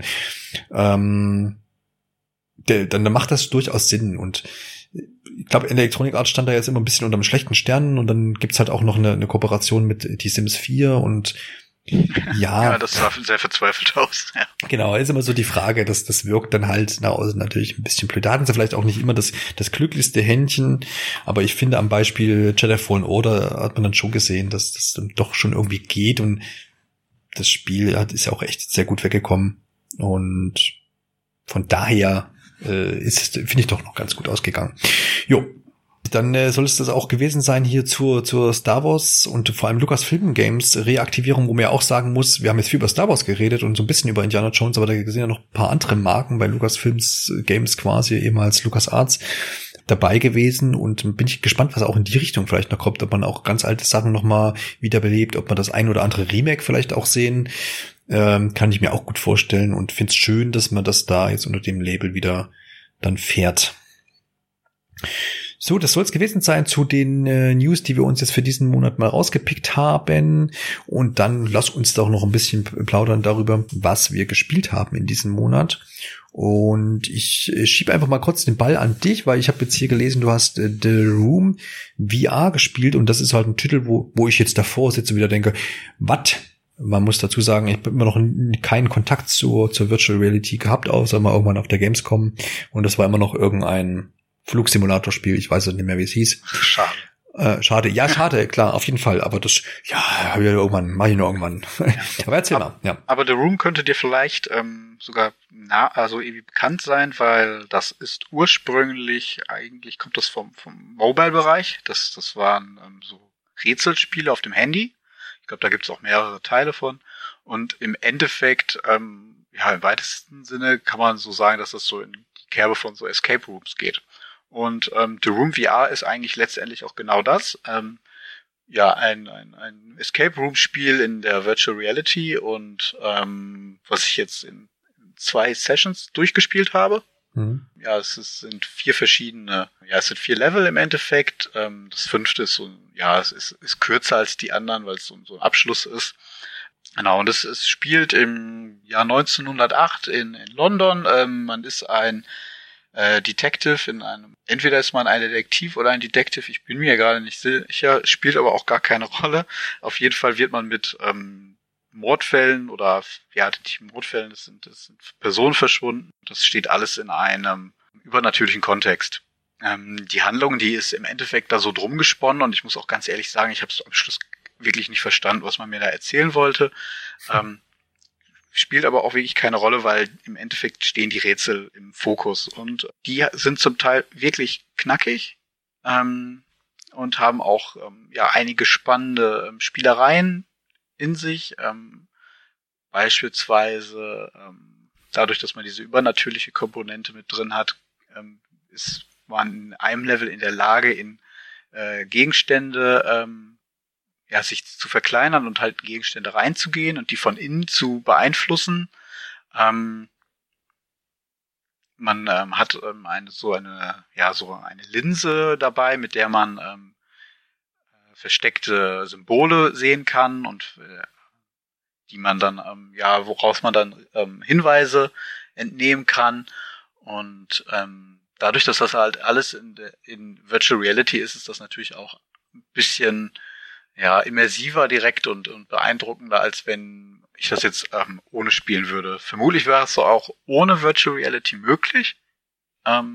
Dann macht das durchaus Sinn. Und ich glaube, Electronic Arts stand da jetzt immer ein bisschen unter einem schlechten Stern. Und dann gibt's halt auch noch eine Kooperation mit die Sims 4 und ja, das sah sehr verzweifelt aus. Ja. Genau, ist immer so die Frage, das wirkt dann halt nach außen natürlich ein bisschen blöd. Da hatten sie vielleicht auch nicht immer das glücklichste Händchen, aber ich finde, am Beispiel Jedi Fallen Order hat man dann schon gesehen, dass das dann doch schon irgendwie geht, und das Spiel ist ja auch echt sehr gut weggekommen, und von daher finde ich doch noch ganz gut ausgegangen. Jo. Dann soll es das auch gewesen sein hier zur Star Wars und vor allem Lucasfilm Games Reaktivierung, wo man ja auch sagen muss, wir haben jetzt viel über Star Wars geredet und so ein bisschen über Indiana Jones, aber da sind ja noch ein paar andere Marken bei Lucasfilm Games quasi, ehemals LucasArts, dabei gewesen, und bin ich gespannt, was auch in die Richtung vielleicht noch kommt, ob man auch ganz alte Sachen nochmal wiederbelebt, ob man das ein oder andere Remake vielleicht auch sehen, kann ich mir auch gut vorstellen, und finde es schön, dass man das da jetzt unter dem Label wieder dann fährt. So, das soll es gewesen sein zu den News, die wir uns jetzt für diesen Monat mal rausgepickt haben. Und dann lass uns doch noch ein bisschen plaudern darüber, was wir gespielt haben in diesem Monat. Und ich schiebe einfach mal kurz den Ball an dich, weil ich habe jetzt hier gelesen, du hast The Room VR gespielt, und das ist halt ein Titel, wo ich jetzt davor sitze und wieder denke, was? Man muss dazu sagen, ich habe immer noch keinen Kontakt zur Virtual Reality gehabt, außer mal irgendwann auf der Gamescom. Und das war immer noch irgendein Flugsimulatorspiel, ich weiß nicht mehr, wie es hieß. Schade. Schade. Ja, schade, klar, auf jeden Fall. Aber das, ja, mach ich noch irgendwann. Ja. Aber erzähl mal, ja. Aber The Room könnte dir vielleicht sogar also irgendwie bekannt sein, weil das ist ursprünglich, eigentlich kommt das vom Mobile-Bereich. Das waren so Rätselspiele auf dem Handy. Ich glaube, da gibt's auch mehrere Teile von. Und im Endeffekt, ja, im weitesten Sinne kann man so sagen, dass das so in die Kerbe von so Escape Rooms geht. Und The Room VR ist eigentlich letztendlich auch genau das. Ja, ein Escape Room Spiel in der Virtual Reality und was ich jetzt in 2 Sessions durchgespielt habe. Mhm. Ja, sind 4 verschiedene, ja, es sind 4 Level im Endeffekt. Das 5. ist so, ja, es ist kürzer als die anderen, weil es so ein Abschluss ist. Genau, und es spielt im Jahr 1908 in London. Man ist ein Detective entweder ist man ein Detektiv oder ein Detective, ich bin mir gerade nicht sicher, spielt aber auch gar keine Rolle. Auf jeden Fall wird man mit Mordfällen oder, ja, nicht Mordfällen, das sind Personen verschwunden. Das steht alles in einem übernatürlichen Kontext. Die Handlung, die ist im Endeffekt da so drum gesponnen und ich muss auch ganz ehrlich sagen, ich habe es am Schluss wirklich nicht verstanden, was man mir da erzählen wollte. Spielt aber auch wirklich keine Rolle, weil im Endeffekt stehen die Rätsel im Fokus und die sind zum Teil wirklich knackig und haben auch ja einige spannende Spielereien in sich. Beispielsweise dadurch, dass man diese übernatürliche Komponente mit drin hat, ist man in einem Level in der Lage, in Gegenstände ja, sich zu verkleinern und halt Gegenstände reinzugehen und die von innen zu beeinflussen. Man hat eine Linse dabei, mit der man versteckte Symbole sehen kann und die man dann ja, woraus man dann Hinweise entnehmen kann. Und dadurch, dass das halt alles in Virtual Reality ist, ist das natürlich auch ein bisschen ja immersiver direkt und beeindruckender, als wenn ich das jetzt ohne spielen würde. Vermutlich wäre es so auch ohne Virtual Reality möglich. Aber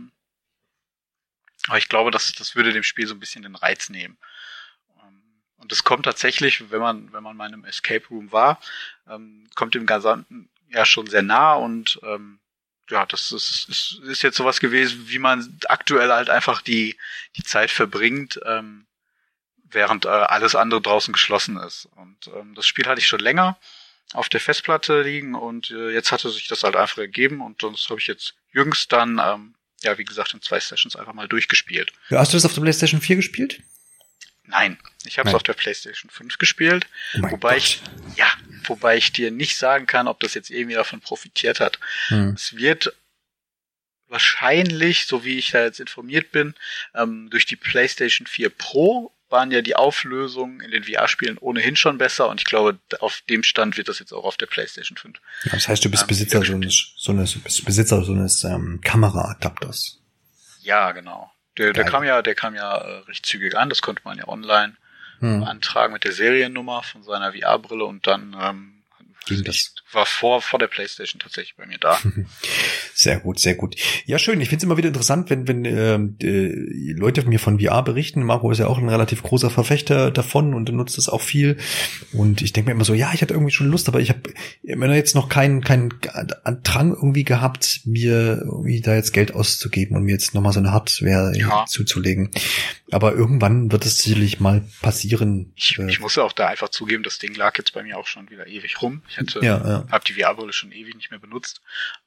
ich glaube, das würde dem Spiel so ein bisschen den Reiz nehmen. Und es kommt tatsächlich, wenn man mal in einem Escape Room war, kommt dem Gesamten ja schon sehr nah und ja, das ist jetzt sowas gewesen, wie man aktuell halt einfach die Zeit verbringt, während alles andere draußen geschlossen ist. Und das Spiel hatte ich schon länger auf der Festplatte liegen und jetzt hatte sich das halt einfach ergeben und das habe ich jetzt jüngst dann, ja, wie gesagt, in 2 Sessions einfach mal durchgespielt. Ja, hast du das auf der PlayStation 4 gespielt? Nein, ich habe es auf der PlayStation 5 gespielt, wobei ich dir nicht sagen kann, ob das jetzt irgendwie davon profitiert hat. Es wird wahrscheinlich, so wie ich da jetzt informiert bin, durch die PlayStation 4 Pro waren ja die Auflösungen in den VR-Spielen ohnehin schon besser und ich glaube, auf dem Stand wird das jetzt auch auf der PlayStation 5. Ja, das heißt, du bist Besitzer so eines Kameraadapters. Ja, genau. Der kam ja recht zügig an, das konnte man ja online beantragen mit der Seriennummer von seiner VR-Brille und dann war vor der PlayStation tatsächlich bei mir da. Sehr gut, sehr gut. Ja, schön. Ich finde es immer wieder interessant, wenn Leute mir von VR berichten. Marco ist ja auch ein relativ großer Verfechter davon und nutzt es auch viel. Und ich denke mir immer so, ja, ich hatte irgendwie schon Lust, aber ich habe immer jetzt noch keinen Drang irgendwie gehabt, mir irgendwie da jetzt Geld auszugeben und mir jetzt nochmal so eine Hardware zuzulegen. Aber irgendwann wird es sicherlich mal passieren. Ich muss ja auch da einfach zugeben, das Ding lag jetzt bei mir auch schon wieder ewig rum. Ich habe die VR-Brille schon ewig nicht mehr benutzt.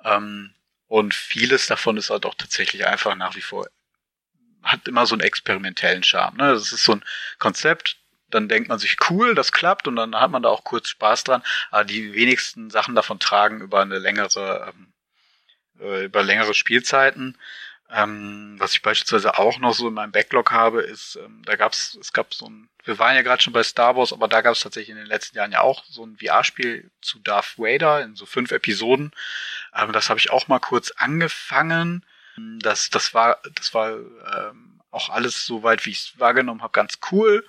Und vieles davon ist halt auch tatsächlich einfach nach wie vor, hat immer so einen experimentellen Charme. Ne? Das ist so ein Konzept, dann denkt man sich, cool, das klappt und dann hat man da auch kurz Spaß dran. Aber die wenigsten Sachen davon tragen über längere Spielzeiten. Was ich beispielsweise auch noch so in meinem Backlog habe, ist, wir waren ja gerade schon bei Star Wars, aber da gab es tatsächlich in den letzten Jahren ja auch so ein VR-Spiel zu Darth Vader in so 5 Episoden. Das habe ich auch mal kurz angefangen. Das war auch alles so weit, wie ich es wahrgenommen habe, ganz cool.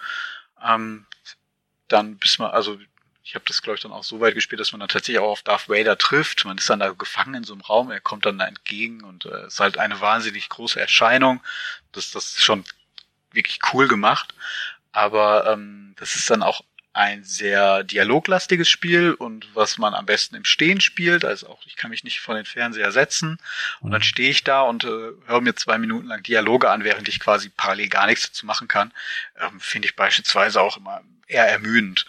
Ich habe das, glaube ich, dann auch so weit gespielt, dass man dann tatsächlich auch auf Darth Vader trifft. Man ist dann da gefangen in so einem Raum, er kommt dann da entgegen und ist halt eine wahnsinnig große Erscheinung. Das ist schon wirklich cool gemacht. Aber das ist dann auch ein sehr dialoglastiges Spiel und was man am besten im Stehen spielt, also auch ich kann mich nicht vor den Fernseher setzen und dann stehe ich da und höre mir 2 Minuten lang Dialoge an, während ich quasi parallel gar nichts dazu machen kann, finde ich beispielsweise auch immer eher ermüdend.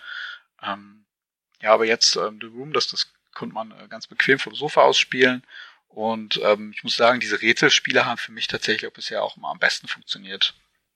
Ja, aber jetzt The Room, das konnte man ganz bequem vom Sofa aus spielen und ich muss sagen, diese Rätselspiele haben für mich tatsächlich auch bisher auch immer am besten funktioniert,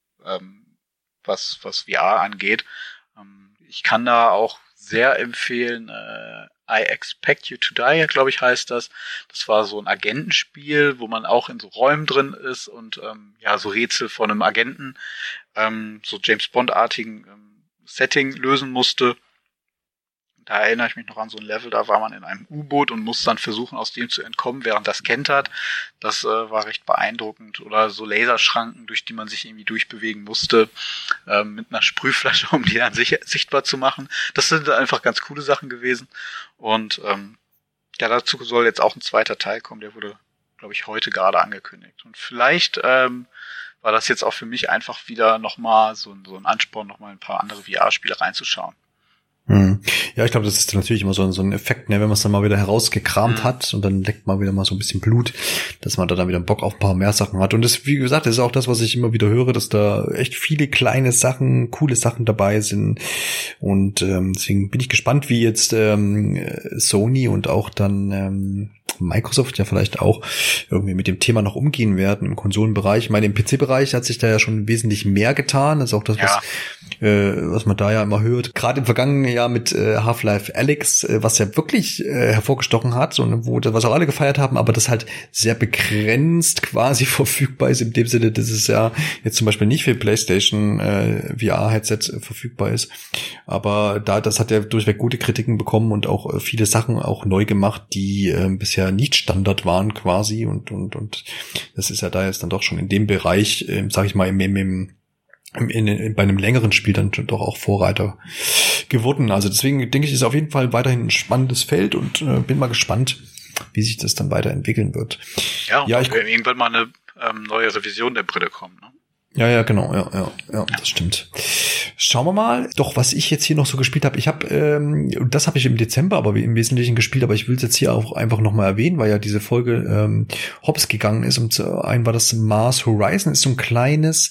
was VR angeht. Ich kann da auch sehr empfehlen, I Expect You to Die, glaube ich, heißt das. Das war so ein Agentenspiel, wo man auch in so Räumen drin ist und ja, so Rätsel von einem Agenten, so James Bond-artigen Setting lösen musste. Da erinnere ich mich noch an so ein Level, da war man in einem U-Boot und muss dann versuchen, aus dem zu entkommen, während das kentert. Das war recht beeindruckend. Oder so Laserschranken, durch die man sich irgendwie durchbewegen musste, mit einer Sprühflasche, um die dann sichtbar zu machen. Das sind einfach ganz coole Sachen gewesen. Und ja, dazu soll jetzt auch ein zweiter Teil kommen. Der wurde, glaube ich, heute gerade angekündigt. Und vielleicht war das jetzt auch für mich einfach wieder nochmal so ein Ansporn, nochmal ein paar andere VR-Spiele reinzuschauen. Ja, ich glaube, das ist natürlich immer so ein Effekt, ne, wenn man es dann mal wieder herausgekramt hat und dann leckt man wieder mal so ein bisschen Blut, dass man da dann wieder Bock auf ein paar mehr Sachen hat. Und das, wie gesagt, das ist auch das, was ich immer wieder höre, dass da echt viele kleine Sachen, coole Sachen dabei sind. Und deswegen bin ich gespannt, wie jetzt Sony und auch dann Microsoft ja vielleicht auch irgendwie mit dem Thema noch umgehen werden im Konsolenbereich. Ich meine, im PC-Bereich hat sich da ja schon wesentlich mehr getan. Das ist auch das, was man da ja immer hört. Gerade im vergangenen Jahr mit Half-Life Alyx, was ja wirklich hervorgestochen hat und was auch alle gefeiert haben, aber das halt sehr begrenzt quasi verfügbar ist, in dem Sinne, dass es ja jetzt zum Beispiel nicht für PlayStation VR-Headset verfügbar ist. Aber das hat ja durchweg gute Kritiken bekommen und auch viele Sachen auch neu gemacht, die bisher nicht Standard waren quasi und das ist ja da jetzt dann doch schon in dem Bereich, sag ich mal, bei einem längeren Spiel dann doch auch Vorreiter geworden. Also deswegen denke ich, ist auf jeden Fall weiterhin ein spannendes Feld und bin mal gespannt, wie sich das dann weiterentwickeln wird. Ja, ich irgendwann mal eine neue Revision der Brille kommen, ne? Ja, genau, ja, das stimmt. Schauen wir mal. Doch, was ich jetzt hier noch so gespielt habe, ich habe, das habe ich im Dezember aber im Wesentlichen gespielt, aber ich will es jetzt hier auch einfach nochmal erwähnen, weil ja diese Folge hops gegangen ist. Und zu einem war das Mars Horizon, ist so ein kleines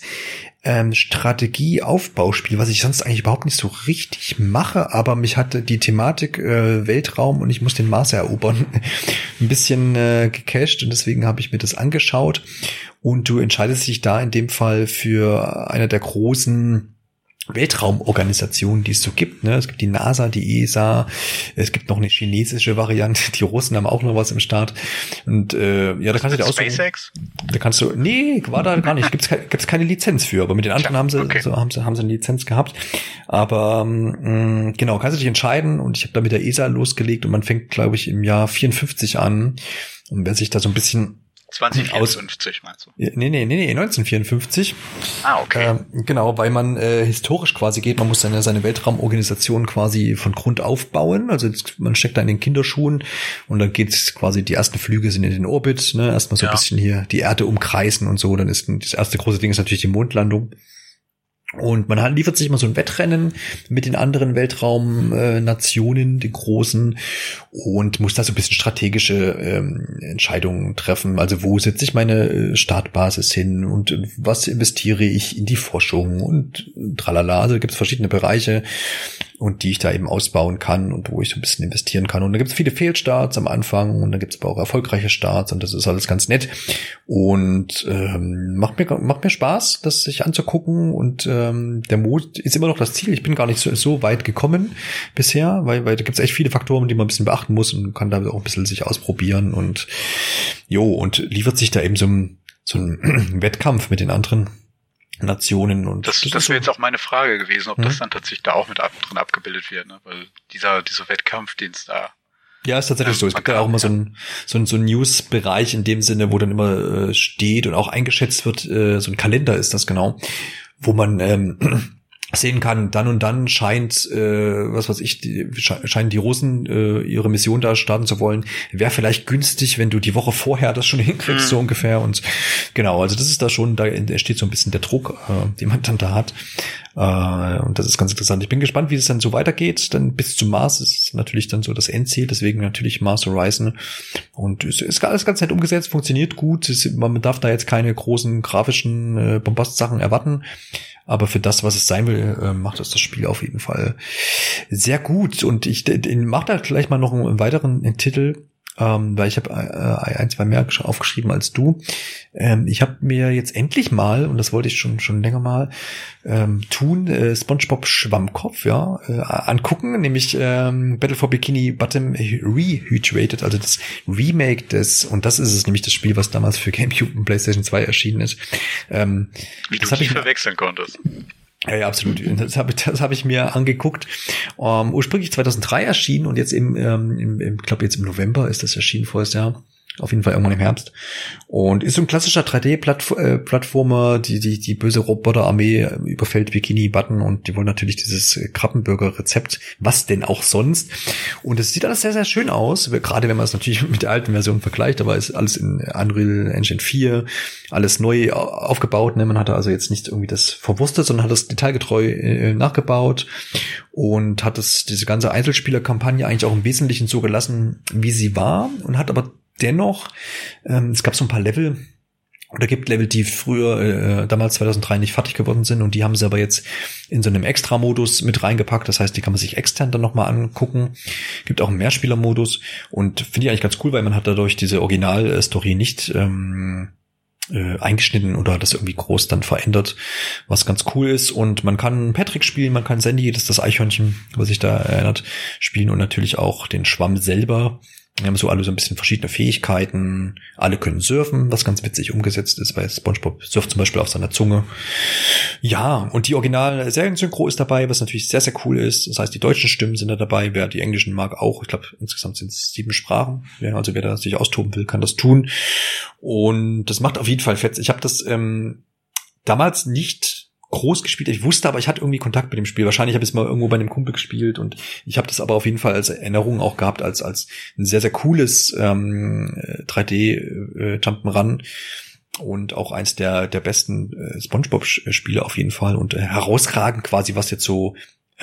Strategie-Aufbauspiel, was ich sonst eigentlich überhaupt nicht so richtig mache, aber mich hatte die Thematik Weltraum und ich muss den Mars erobern ein bisschen gecached und deswegen habe ich mir das angeschaut und du entscheidest dich da in dem Fall für eine der großen Weltraumorganisationen, die es so gibt, ne? Es gibt die NASA, die ESA, es gibt noch eine chinesische Variante, die Russen haben auch noch was im Start und ja, da kannst du dir aussuchen. SpaceX? Da kannst du, nee, war da gar nicht, gibt's keine Lizenz für, aber mit den anderen haben sie eine Lizenz gehabt, aber genau, kannst du dich entscheiden und ich habe da mit der ESA losgelegt und man fängt, glaube ich, im Jahr 54 an und wer sich da so ein bisschen 2054 meinst du? Nee, 1954. Ah, okay. Genau, weil man historisch quasi geht, man muss seine Weltraumorganisation quasi von Grund auf bauen, also man steckt da in den Kinderschuhen und dann geht's quasi, die ersten Flüge sind in den Orbit, ne, erstmal so ein bisschen hier die Erde umkreisen und so, dann ist das erste große Ding ist natürlich die Mondlandung. Und man liefert sich immer so ein Wettrennen mit den anderen Weltraumnationen, den großen, und muss da so ein bisschen strategische Entscheidungen treffen. Also wo setze ich meine Startbasis hin und was investiere ich in die Forschung und tralala. Also da gibt es verschiedene Bereiche und die ich da eben ausbauen kann und wo ich so ein bisschen investieren kann. Und da gibt es viele Fehlstarts am Anfang und da gibt es aber auch erfolgreiche Starts und das ist alles ganz nett und macht mir Spaß, das sich anzugucken und der Mond ist immer noch das Ziel. Ich bin gar nicht so weit gekommen bisher, weil da gibt es echt viele Faktoren, die man ein bisschen beachten muss und kann da auch ein bisschen sich ausprobieren und und liefert sich da eben so ein Wettkampf mit den anderen Nationen und das wäre jetzt auch meine Frage gewesen, ob das dann tatsächlich da auch mit drin abgebildet wird, ne? Weil dieser Wettkampf, den es da ja, ist tatsächlich so. Es gibt ja auch immer so ein News-Bereich in dem Sinne, wo dann immer steht und auch eingeschätzt wird, so ein Kalender ist das genau, wo man sehen kann, dann und dann scheint, was weiß ich, scheinen die Russen ihre Mission da starten zu wollen. Wäre vielleicht günstig, wenn du die Woche vorher das schon hinkriegst, so ungefähr. Und genau, also das ist da schon, da entsteht so ein bisschen der Druck, den man dann da hat. Und das ist ganz interessant. Ich bin gespannt, wie es dann so weitergeht. Dann bis zum Mars ist natürlich dann so das Endziel, deswegen natürlich Mars Horizon. Und es ist alles ganz nett umgesetzt, funktioniert gut. Man darf da jetzt keine großen grafischen Bombast-Sachen erwarten. Aber für das, was es sein will, macht das Spiel auf jeden Fall sehr gut. Und ich mache da gleich mal noch einen weiteren Titel, weil ich habe ein, zwei mehr aufgeschrieben als du. Ich habe mir jetzt endlich mal, und das wollte ich schon länger mal tun, SpongeBob Schwammkopf angucken, nämlich Battle for Bikini Bottom Rehydrated, also das Remake und das ist es nämlich, das Spiel, was damals für GameCube und PlayStation 2 erschienen ist. Wie du nicht verwechseln konntest. Ja, absolut. Das hab ich mir angeguckt. Ursprünglich 2003 erschienen und jetzt ich glaube jetzt im November ist das erschienen, voriges Jahr. Auf jeden Fall irgendwann im Herbst. Und ist so ein klassischer 3D-Plattformer, die böse Roboterarmee überfällt Bikini Button und die wollen natürlich dieses Krabbenburger-Rezept, was denn auch sonst. Und es sieht alles sehr, sehr schön aus, gerade wenn man es natürlich mit der alten Version vergleicht, aber ist alles in Unreal Engine 4, alles neu aufgebaut, ne? Man hatte also jetzt nicht irgendwie das verwurstet, sondern hat das detailgetreu nachgebaut und hat diese ganze Einzelspieler-Kampagne eigentlich auch im Wesentlichen so gelassen, wie sie war, und hat aber dennoch, es gab so ein paar Level, oder gibt Level, die früher, damals 2003 nicht fertig geworden sind, und die haben sie aber jetzt in so einem Extra-Modus mit reingepackt. Das heißt, die kann man sich extern dann nochmal angucken. Gibt auch einen Mehrspieler-Modus und finde ich eigentlich ganz cool, weil man hat dadurch diese Original-Story nicht eingeschnitten oder das irgendwie groß dann verändert, was ganz cool ist. Und man kann Patrick spielen, man kann Sandy, das ist das Eichhörnchen, was sich da erinnert, spielen, und natürlich auch den Schwamm selber. Wir haben so alle so ein bisschen verschiedene Fähigkeiten. Alle können surfen, was ganz witzig umgesetzt ist, weil SpongeBob surft zum Beispiel auf seiner Zunge. Ja, und die Original-Seriensynchro ist dabei, was natürlich sehr, sehr cool ist. Das heißt, die deutschen Stimmen sind da dabei, wer die englischen mag auch. Ich glaube, insgesamt sind es 7 Sprachen. Ja, also wer da sich austoben will, kann das tun. Und das macht auf jeden Fall fett. Ich habe das damals nicht groß gespielt. Ich wusste aber, ich hatte irgendwie Kontakt mit dem Spiel. Wahrscheinlich habe ich es mal irgendwo bei einem Kumpel gespielt, und ich habe das aber auf jeden Fall als Erinnerung auch gehabt, als ein sehr, sehr cooles 3D Jump'n'Run und auch eins der besten SpongeBob-Spiele auf jeden Fall, und herausragend quasi, was jetzt so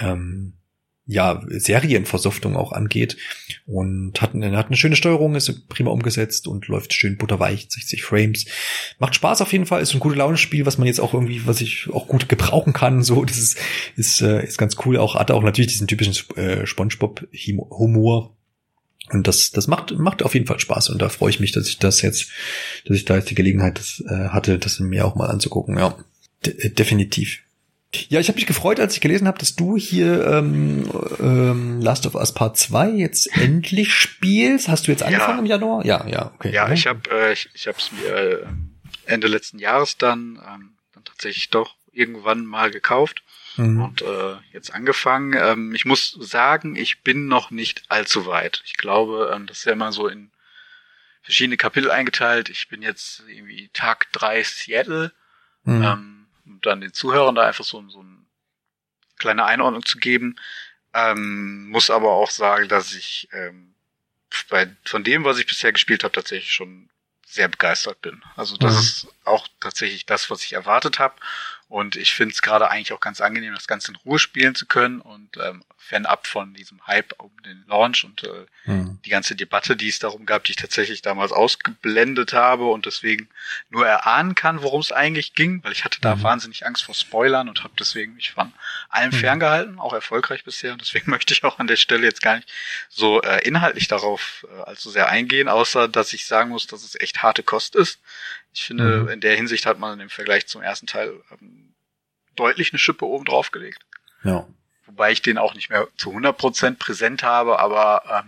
Serienversoftung auch angeht, und hat eine schöne Steuerung, ist prima umgesetzt und läuft schön butterweich, 60 Frames. Macht Spaß auf jeden Fall, ist ein gute Laune-Spiel, was ich auch gut gebrauchen kann, so, das ist ganz cool, hat auch natürlich diesen typischen SpongeBob-Humor. Und das macht auf jeden Fall Spaß, und da freue ich mich, dass ich da jetzt die Gelegenheit hatte, das mir auch mal anzugucken, ja. Definitiv. Ja, ich habe mich gefreut, als ich gelesen habe, dass du hier Last of Us Part 2 jetzt endlich spielst. Hast du jetzt angefangen im Januar? Ja, okay. Ja, ich habe es mir Ende letzten Jahres dann tatsächlich doch irgendwann mal gekauft und jetzt angefangen. Ich muss sagen, ich bin noch nicht allzu weit. Ich glaube, das ist ja immer so in verschiedene Kapitel eingeteilt. Ich bin jetzt irgendwie Tag 3 Seattle. Und dann den Zuhörern da einfach so eine kleine Einordnung zu geben. Muss aber auch sagen, dass ich von dem, was ich bisher gespielt habe, tatsächlich schon sehr begeistert bin. Also das ist auch tatsächlich das, was ich erwartet habe. Und ich finde es gerade eigentlich auch ganz angenehm, das Ganze in Ruhe spielen zu können und fernab von diesem Hype um den Launch und die ganze Debatte, die es darum gab, die ich tatsächlich damals ausgeblendet habe und deswegen nur erahnen kann, worum es eigentlich ging, weil ich hatte da wahnsinnig Angst vor Spoilern und habe deswegen mich von allem ferngehalten, auch erfolgreich bisher. Und deswegen möchte ich auch an der Stelle jetzt gar nicht so inhaltlich darauf allzu sehr eingehen, außer dass ich sagen muss, dass es echt harte Kost ist. Ich finde, in der Hinsicht hat man im Vergleich zum ersten Teil deutlich eine Schippe oben drauf gelegt. Ja. Wobei ich den auch nicht mehr zu 100% präsent habe, aber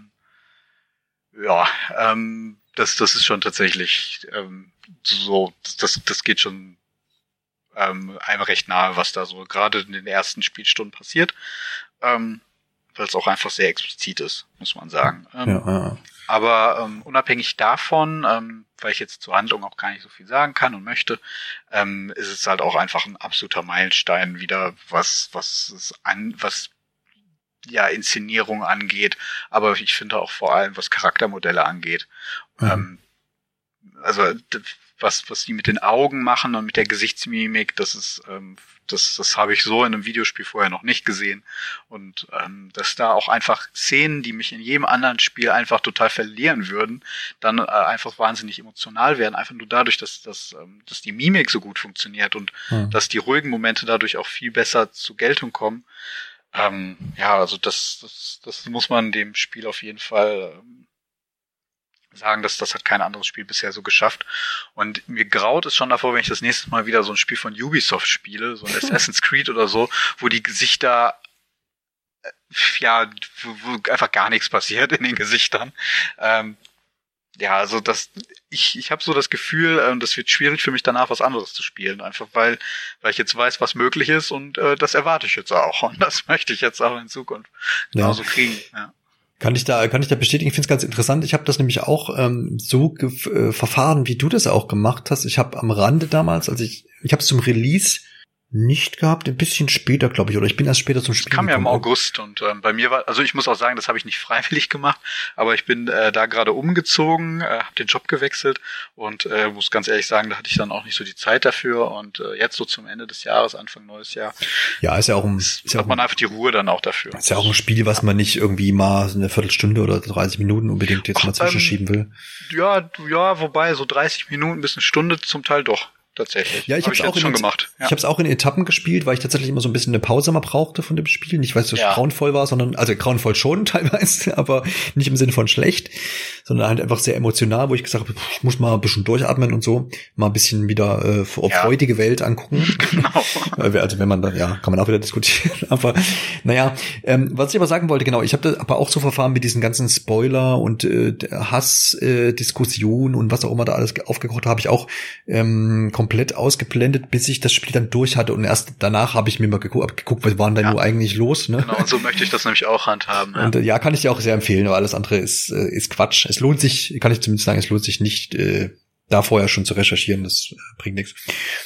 das ist schon tatsächlich das geht schon einem recht nahe, was da so gerade in den ersten Spielstunden passiert, weil es auch einfach sehr explizit ist, muss man sagen. Aber unabhängig davon, weil ich jetzt zur Handlung auch gar nicht so viel sagen kann und möchte, ist es halt auch einfach ein absoluter Meilenstein wieder, was ja Inszenierung angeht, aber ich finde auch vor allem, was Charaktermodelle angeht. Also was die mit den Augen machen und mit der Gesichtsmimik, das ist das habe ich so in einem Videospiel vorher noch nicht gesehen. Und dass da auch einfach Szenen, die mich in jedem anderen Spiel einfach total verlieren würden, dann einfach wahnsinnig emotional werden. Einfach nur dadurch, dass die Mimik so gut funktioniert und dass die ruhigen Momente dadurch auch viel besser zur Geltung kommen. Ja, also das muss man dem Spiel auf jeden Fall sagen, dass das hat kein anderes Spiel bisher so geschafft. Und mir graut es schon davor, wenn ich das nächste Mal wieder so ein Spiel von Ubisoft spiele, so ein Assassin's Creed oder so, wo die Gesichter wo einfach gar nichts passiert in den Gesichtern. Ja, also ich habe so das Gefühl, das wird schwierig für mich danach was anderes zu spielen, einfach weil ich jetzt weiß, was möglich ist und das erwarte ich jetzt auch und das möchte ich jetzt auch in Zukunft genauso kriegen. Ja. Kann ich da bestätigen. Ich finde es ganz interessant. Ich habe das nämlich auch so verfahren, wie du das auch gemacht hast. Ich habe am Rande damals, ich habe es zum Release nicht gehabt, ein bisschen später, glaube ich, oder ich bin erst später zum Spiel gekommen. Kam ja im August und bei mir war, also ich muss auch sagen, das habe ich nicht freiwillig gemacht, aber ich bin da gerade umgezogen, habe den Job gewechselt und muss ganz ehrlich sagen, da hatte ich dann auch nicht so die Zeit dafür und jetzt so zum Ende des Jahres, Anfang neues Jahr. Ja, ist ja auch hat man einfach die Ruhe dann auch dafür. Ist ja auch ein Spiel, was man nicht irgendwie mal so eine Viertelstunde oder 30 Minuten unbedingt jetzt mal zwischenschieben will. Ja, wobei so 30 Minuten bis eine Stunde zum Teil doch. Tatsächlich. Ja, ich habe es auch schon gemacht. Ja. Ich habe es auch in Etappen gespielt, weil ich tatsächlich immer so ein bisschen eine Pause mal brauchte von dem Spiel. Nicht, weil es so grauenvoll war, sondern, also grauenvoll schon teilweise, aber nicht im Sinne von schlecht, sondern halt einfach sehr emotional, wo ich gesagt habe, ich muss mal ein bisschen durchatmen und so, mal ein bisschen wieder freudige Welt angucken. Genau. Also wenn man da, kann man auch wieder diskutieren. Aber naja, was ich aber sagen wollte, genau, ich habe da aber auch so verfahren mit diesen ganzen Spoiler und Hassdiskussionen und was auch immer da alles aufgekocht habe ich auch komplett ausgeblendet, bis ich das Spiel dann durch hatte und erst danach habe ich mir mal geguckt, was war denn da nur eigentlich los, ne? Genau, und so möchte ich das nämlich auch handhaben. Und kann ich dir auch sehr empfehlen, weil alles andere ist Quatsch. Es lohnt sich, kann ich zumindest sagen, es lohnt sich nicht, da vorher schon zu recherchieren, das bringt nichts.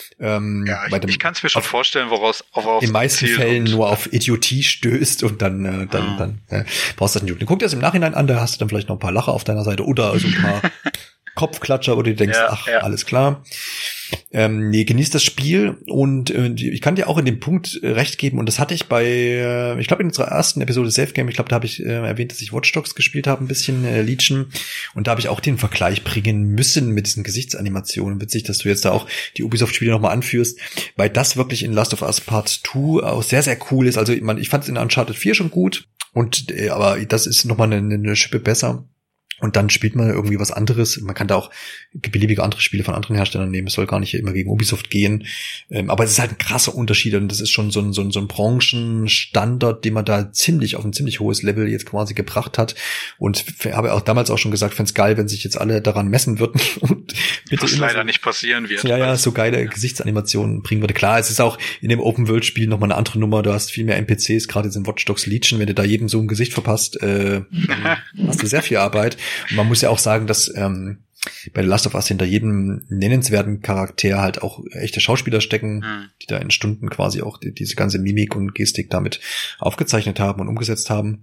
Ich kann es mir schon vorstellen, woraus auf in meisten Fällen nur auf Idiotie stößt und dann brauchst du das nicht. Guck dir das im Nachhinein an, da hast du dann vielleicht noch ein paar Lacher auf deiner Seite oder so ein paar Kopfklatscher, wo du denkst, alles klar. Genieß das Spiel und ich kann dir auch in dem Punkt recht geben und das hatte ich bei, ich glaube in unserer ersten Episode Safe Game, ich glaube da habe ich erwähnt, dass ich Watch Dogs gespielt habe, ein bisschen Legion und da habe ich auch den Vergleich bringen müssen mit diesen Gesichtsanimationen. Witzig, dass du jetzt da auch die Ubisoft-Spiele nochmal anführst, weil das wirklich in Last of Us Part 2 auch sehr, sehr cool ist. Also ich fand es in Uncharted 4 schon gut und aber das ist nochmal eine Schippe besser. Und dann spielt man irgendwie was anderes. Man kann da auch beliebige andere Spiele von anderen Herstellern nehmen. Es soll gar nicht immer gegen Ubisoft gehen. Aber es ist halt ein krasser Unterschied. Und das ist schon so ein Branchenstandard, den man da auf ein ziemlich hohes Level jetzt quasi gebracht hat. Und habe auch damals auch schon gesagt, fände es geil, wenn sich jetzt alle daran messen würden. Und bitte was leider nicht passieren wird. Ja, so geile Gesichtsanimationen bringen würde. Klar, es ist auch in dem Open-World-Spiel nochmal eine andere Nummer. Du hast viel mehr NPCs, gerade jetzt in Watch Dogs Legion. Wenn du da jedem so ein Gesicht verpasst, hast du sehr viel Arbeit. Und man muss ja auch sagen, dass bei The Last of Us hinter jedem nennenswerten Charakter halt auch echte Schauspieler stecken, die da in Stunden quasi auch diese ganze Mimik und Gestik damit aufgezeichnet haben und umgesetzt haben.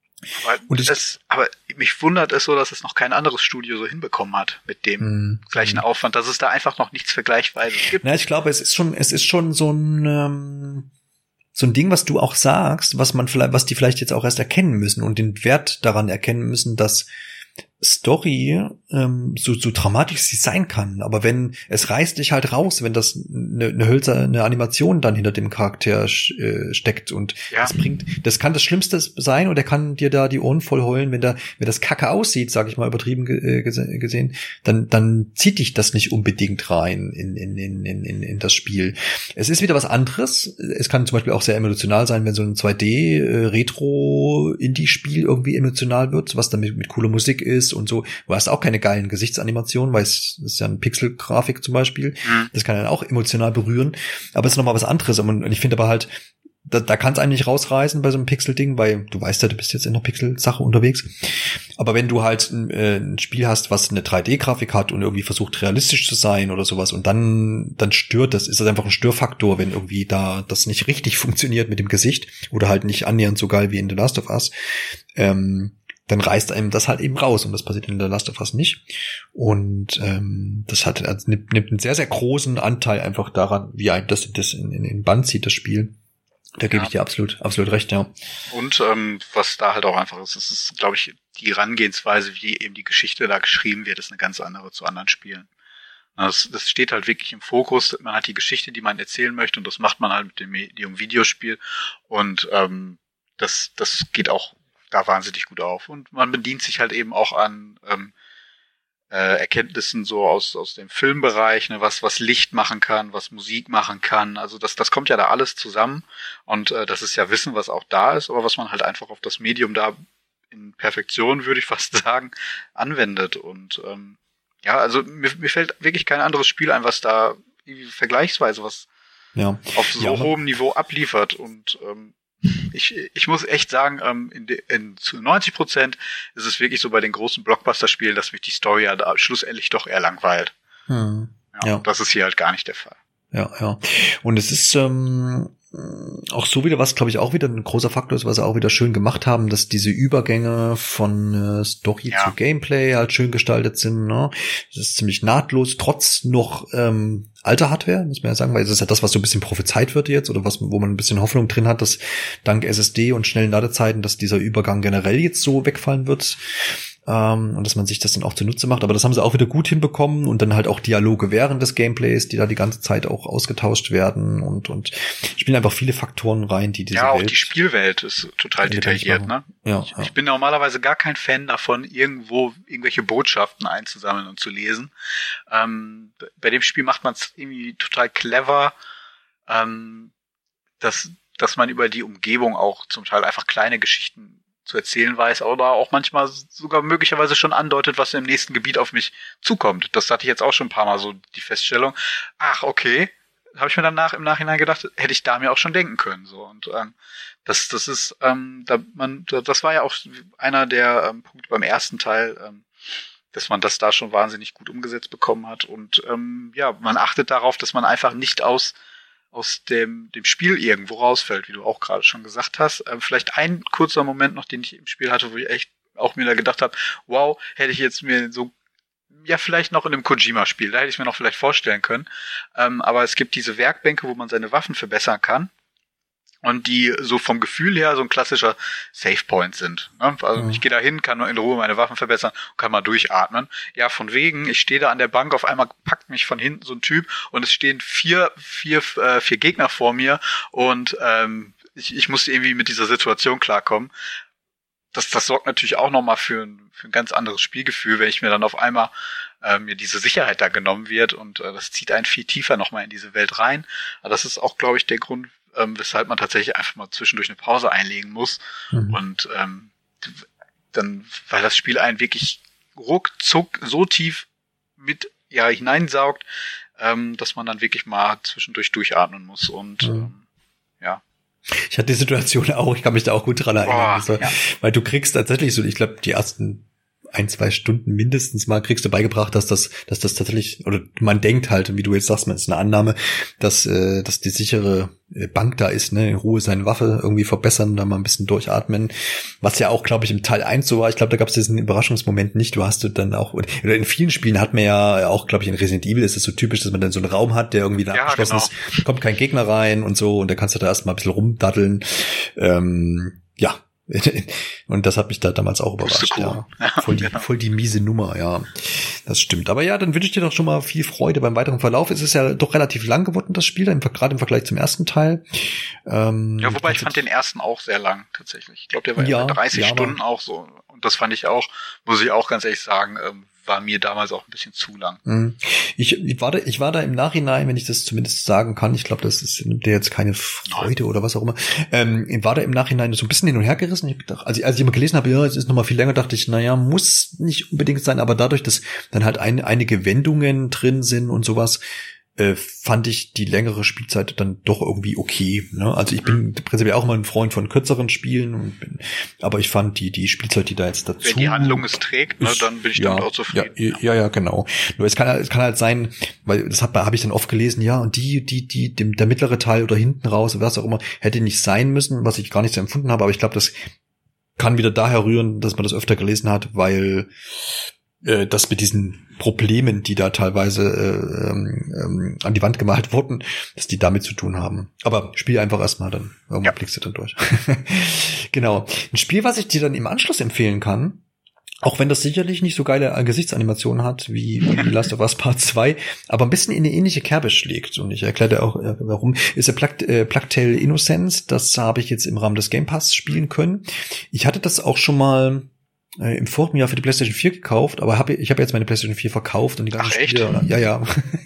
Aber mich wundert es so, dass es noch kein anderes Studio so hinbekommen hat mit dem gleichen Aufwand, dass es da einfach noch nichts Vergleichbares gibt. Na, ich glaube, es ist schon so ein Ding, was du auch sagst, was die vielleicht jetzt auch erst erkennen müssen und den Wert daran erkennen müssen, dass Story so dramatisch sie sein kann, aber wenn es reißt dich halt raus, wenn das eine hölzerne Animation dann hinter dem Charakter steckt und das kann das Schlimmste sein und er kann dir da die Ohren voll heulen, wenn das kacke aussieht, sag ich mal übertrieben gesehen, dann zieht dich das nicht unbedingt rein in das Spiel. Es ist wieder was anderes. Es kann zum Beispiel auch sehr emotional sein, wenn so ein 2D Retro Indie-Spiel irgendwie emotional wird, was dann mit cooler Musik ist und so. Du hast auch keine geilen Gesichtsanimationen, weil es ist ja eine Pixel-Grafik zum Beispiel. Das kann dann auch emotional berühren. Aber es ist nochmal was anderes. Und ich finde aber halt, da kann es einem nicht rausreißen bei so einem Pixel-Ding, weil du weißt ja, du bist jetzt in der Pixel-Sache unterwegs. Aber wenn du halt ein Spiel hast, was eine 3D-Grafik hat und irgendwie versucht realistisch zu sein oder sowas und dann stört das, ist das einfach ein Störfaktor, wenn irgendwie da das nicht richtig funktioniert mit dem Gesicht oder halt nicht annähernd so geil wie in The Last of Us, dann reißt einem das halt eben raus und das passiert in The Last of Us nicht. Und das hat nimmt einen sehr, sehr großen Anteil einfach daran, wie ein das in den Bann zieht, das Spiel. Da gebe ich dir absolut recht, ja. Und was da halt auch einfach ist, ist, glaube ich, die Herangehensweise, wie eben die Geschichte da geschrieben wird, ist eine ganz andere zu anderen Spielen. Das steht halt wirklich im Fokus. Man hat die Geschichte, die man erzählen möchte, und das macht man halt mit dem Medium-Videospiel. Und das geht auch da wahnsinnig gut auf. Und man bedient sich halt eben auch an Erkenntnissen so aus dem Filmbereich, ne, was Licht machen kann, was Musik machen kann. Also das kommt ja da alles zusammen. Und das ist ja Wissen, was auch da ist, aber was man halt einfach auf das Medium da in Perfektion, würde ich fast sagen, anwendet. Und ja, also mir fällt wirklich kein anderes Spiel ein, was da vergleichsweise was auf so hohem Niveau abliefert. Und ich muss echt sagen, zu 90% ist es wirklich so bei den großen Blockbuster-Spielen, dass mich die Story ja da schlussendlich doch eher langweilt. Ja. Das ist hier halt gar nicht der Fall. Ja. Und es ist auch so wieder, was glaube ich auch wieder ein großer Faktor ist, was sie auch wieder schön gemacht haben, dass diese Übergänge von Story zu Gameplay halt schön gestaltet sind. Ne? Das ist ziemlich nahtlos, trotz noch alter Hardware, muss man ja sagen, weil es ist ja das, was so ein bisschen prophezeit wird jetzt oder wo man ein bisschen Hoffnung drin hat, dass dank SSD und schnellen Ladezeiten, dass dieser Übergang generell jetzt so wegfallen wird. Und dass man sich das dann auch zunutze macht. Aber das haben sie auch wieder gut hinbekommen und dann halt auch Dialoge während des Gameplays, die da die ganze Zeit auch ausgetauscht werden und spielen einfach viele Faktoren rein, die diese auch Welt, die Spielwelt ist total detailliert, ne? Ja, ich bin normalerweise gar kein Fan davon, irgendwelche Botschaften einzusammeln und zu lesen. Bei dem Spiel macht man es irgendwie total clever, dass man über die Umgebung auch zum Teil einfach kleine Geschichten zu erzählen weiß, oder auch manchmal sogar möglicherweise schon andeutet, was im nächsten Gebiet auf mich zukommt. Das hatte ich jetzt auch schon ein paar Mal so die Feststellung. Ach, okay, habe ich mir danach im Nachhinein gedacht, hätte ich da mir auch schon denken können. So und das ist, das war ja auch einer der Punkte beim ersten Teil, dass man das da schon wahnsinnig gut umgesetzt bekommen hat und man achtet darauf, dass man einfach nicht aus dem Spiel irgendwo rausfällt, wie du auch gerade schon gesagt hast. Vielleicht ein kurzer Moment noch, den ich im Spiel hatte, wo ich echt auch mir da gedacht habe, wow, hätte ich jetzt mir so, ja vielleicht noch in einem Kojima-Spiel, da hätte ich es mir noch vielleicht vorstellen können. Aber es gibt diese Werkbänke, wo man seine Waffen verbessern kann. Und die so vom Gefühl her so ein klassischer Save-Point sind. Ne? Also ich gehe da hin, kann in Ruhe meine Waffen verbessern und kann mal durchatmen. Ja, von wegen, ich stehe da an der Bank, auf einmal packt mich von hinten so ein Typ und es stehen vier Gegner vor mir und ich musste irgendwie mit dieser Situation klarkommen. Das sorgt natürlich auch nochmal für ein ganz anderes Spielgefühl, wenn ich mir dann auf einmal mir diese Sicherheit da genommen wird und das zieht einen viel tiefer nochmal in diese Welt rein. Aber das ist auch, glaube ich, der Grund, weshalb man tatsächlich einfach mal zwischendurch eine Pause einlegen muss. Und dann, weil das Spiel einen wirklich ruckzuck so tief mit hineinsaugt, dass man dann wirklich mal zwischendurch durchatmen muss. Und ich hatte die Situation auch, ich kann mich da auch gut dran erinnern. Weil du kriegst tatsächlich so, ich glaube, die ersten 1-2 Stunden mindestens mal kriegst du beigebracht, dass das tatsächlich, oder man denkt halt, wie du jetzt sagst, man ist eine Annahme, dass die sichere Bank da ist, ne, in Ruhe seine Waffe irgendwie verbessern, da mal ein bisschen durchatmen, was ja auch, glaube ich, im Teil 1 so war. Ich glaube, da gab es diesen Überraschungsmoment nicht. Du hast dann auch, oder in vielen Spielen hat man ja auch, glaube ich, in Resident Evil ist es so typisch, dass man dann so einen Raum hat, der irgendwie dann abgeschlossen ist, kommt kein Gegner rein und so, und da kannst du da erstmal ein bisschen rumdaddeln. Und das hat mich da damals auch überrascht. Cool. Ja. Voll die miese Nummer, ja. Das stimmt. Aber ja, dann wünsche ich dir doch schon mal viel Freude beim weiteren Verlauf. Es ist ja doch relativ lang geworden, das Spiel, gerade im Vergleich zum ersten Teil. Wobei ich fand den ersten auch sehr lang, tatsächlich. Ich glaube, der war ja 30 Stunden auch so. Und das fand ich auch, muss ich auch ganz ehrlich sagen, war mir damals auch ein bisschen zu lang. Ich war da im Nachhinein, wenn ich das zumindest sagen kann, ich glaube, nimmt dir jetzt keine Freude oder was auch immer, war da im Nachhinein so ein bisschen hin und her gerissen. Ich dachte, als ich immer gelesen habe, ja, es ist noch mal viel länger, dachte ich, naja, muss nicht unbedingt sein, aber dadurch, dass dann halt einige Wendungen drin sind und sowas, fand ich die längere Spielzeit dann doch irgendwie okay. Ne? Also ich bin prinzipiell auch immer ein Freund von kürzeren Spielen, aber ich fand die Spielzeit, die da jetzt dazu... Wenn die Handlung es trägt, ne, dann bin ich damit auch zufrieden. Ja, genau. Nur es kann halt sein, weil das habe ich dann oft gelesen, ja, und der mittlere Teil oder hinten raus, was auch immer, hätte nicht sein müssen, was ich gar nicht so empfunden habe, aber ich glaube, das kann wieder daher rühren, dass man das öfter gelesen hat, weil das mit diesen Problemen, die da teilweise an die Wand gemalt wurden, dass die damit zu tun haben. Aber spiel einfach erstmal, dann irgendwann blickst du dann durch. Genau. Ein Spiel, was ich dir dann im Anschluss empfehlen kann, auch wenn das sicherlich nicht so geile Gesichtsanimationen hat wie Last of Us Part 2, aber ein bisschen in eine ähnliche Kerbe schlägt. Und ich erkläre dir auch, warum. Ist der Plague Tale Innocence. Das habe ich jetzt im Rahmen des Game Pass spielen können. Ich hatte das auch schon mal im vorigen Jahr für die PlayStation 4 gekauft, aber ich habe jetzt meine PlayStation 4 verkauft und die ganzen Spiele. Ja.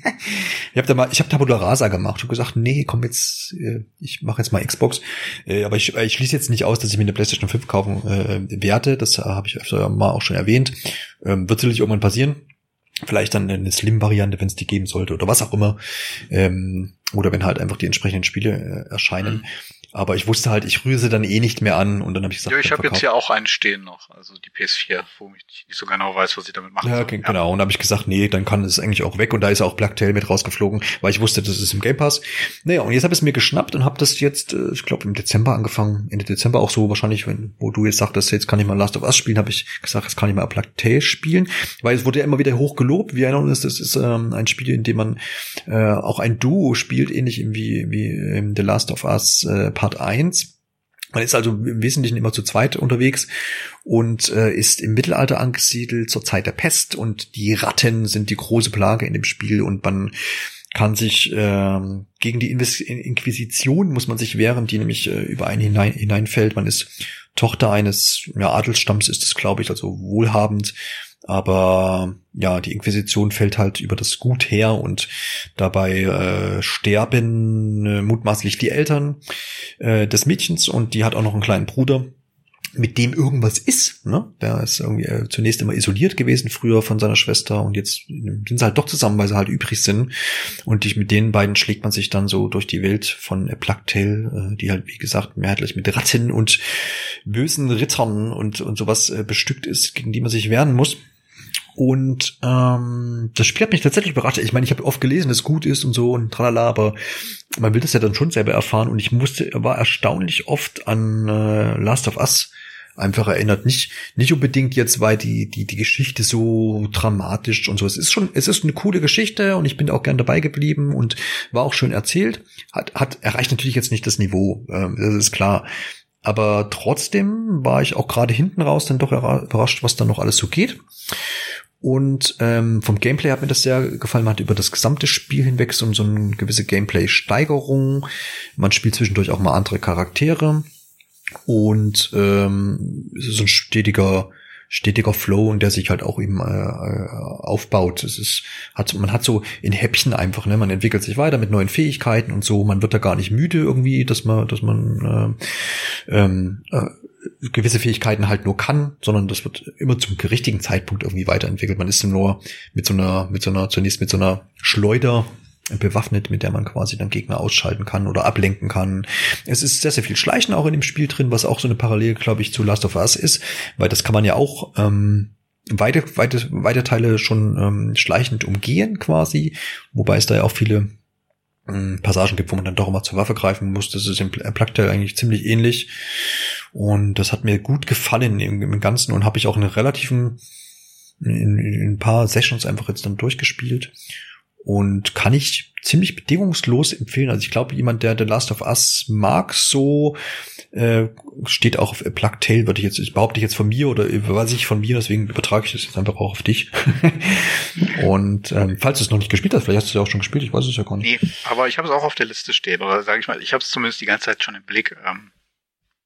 Ich habe Tabula Rasa gemacht und gesagt, nee, komm jetzt, ich mache jetzt mal Xbox. Aber ich schließe jetzt nicht aus, dass ich mir eine PlayStation 5 kaufen werde. Das habe ich öfter mal auch schon erwähnt. Wird sicherlich irgendwann passieren. Vielleicht dann eine Slim-Variante, wenn es die geben sollte oder was auch immer. Oder wenn halt einfach die entsprechenden Spiele erscheinen. Aber ich wusste halt, ich rühre sie dann eh nicht mehr an und dann habe ich gesagt, ja, ich habe jetzt ja auch einen stehen noch, also die PS4, wo ich nicht so genau weiß, was ich damit machen soll. Genau, und dann habe ich gesagt, nee, dann kann es eigentlich auch weg und da ist auch Plague Tale mit rausgeflogen, weil ich wusste, das ist im Game Pass. Naja, und jetzt habe ich es mir geschnappt und habe das jetzt, ich glaube im Dezember angefangen, Ende Dezember auch so wahrscheinlich, wo du jetzt sagtest, jetzt kann ich mal Last of Us spielen, habe ich gesagt, jetzt kann ich mal Plague Tale spielen, weil es wurde ja immer wieder hoch gelobt. Wir erinnern uns, das ist ein Spiel, in dem man auch ein Duo spielt, ähnlich wie The Last of Us Part 1. Man ist also im Wesentlichen immer zu zweit unterwegs und ist im Mittelalter angesiedelt, zur Zeit der Pest, und die Ratten sind die große Plage in dem Spiel und man kann sich gegen die Inquisition muss man sich wehren, die nämlich über einen hineinfällt. Man ist Tochter eines Adelsstamms, ist es, glaube ich, also wohlhabend. Aber ja, die Inquisition fällt halt über das Gut her und dabei sterben mutmaßlich die Eltern des Mädchens und die hat auch noch einen kleinen Bruder, mit dem irgendwas ist, ne? Der ist irgendwie zunächst immer isoliert gewesen früher von seiner Schwester und jetzt sind sie halt doch zusammen, weil sie halt übrig sind. Und mit den beiden schlägt man sich dann so durch die Welt von Plague Tale, die halt, wie gesagt, mehrheitlich mit Ratten und bösen Rittern und sowas bestückt ist, gegen die man sich wehren muss. Und das Spiel hat mich tatsächlich überrascht. Ich meine, ich habe oft gelesen, dass es gut ist und so und tralala, aber man will das ja dann schon selber erfahren. Und ich war erstaunlich oft an Last of Us einfach erinnert. Nicht unbedingt jetzt, weil die Geschichte so dramatisch und so. Es ist eine coole Geschichte und ich bin auch gern dabei geblieben und war auch schön erzählt. Erreicht natürlich jetzt nicht das Niveau, das ist klar. Aber trotzdem war ich auch gerade hinten raus dann doch überrascht, was da noch alles so geht. Und vom Gameplay hat mir das sehr gefallen. Man hat über das gesamte Spiel hinweg so eine gewisse Gameplay-Steigerung. Man spielt zwischendurch auch mal andere Charaktere. Und es ist so ein stetiger Flow, und der sich halt auch eben aufbaut. Man hat so in Häppchen einfach, ne, man entwickelt sich weiter mit neuen Fähigkeiten und so. Man wird da gar nicht müde irgendwie, dass man gewisse Fähigkeiten halt nur kann, sondern das wird immer zum richtigen Zeitpunkt irgendwie weiterentwickelt. Man ist nur zunächst mit so einer Schleuder bewaffnet, mit der man quasi dann Gegner ausschalten kann oder ablenken kann. Es ist sehr, sehr viel Schleichen auch in dem Spiel drin, was auch so eine Parallele, glaube ich, zu Last of Us ist, weil das kann man ja auch weite Teile schon schleichend umgehen quasi, wobei es da ja auch viele Passagen gibt, wo man dann doch immer zur Waffe greifen muss. Das ist im Plague Tale eigentlich ziemlich ähnlich und das hat mir gut gefallen im Ganzen und habe ich auch in ein paar Sessions einfach jetzt dann durchgespielt. Und kann ich ziemlich bedingungslos empfehlen. Also ich glaube, jemand, der The Last of Us mag, so steht auch auf Plague Tale, behaupte ich jetzt von mir oder weiß ich von mir, deswegen übertrage ich das jetzt einfach auch auf dich. Und falls du es noch nicht gespielt hast, vielleicht hast du es ja auch schon gespielt, ich weiß es ja gar nicht. Nee, aber ich habe es auch auf der Liste stehen, oder sage ich mal, ich habe es zumindest die ganze Zeit schon im Blick.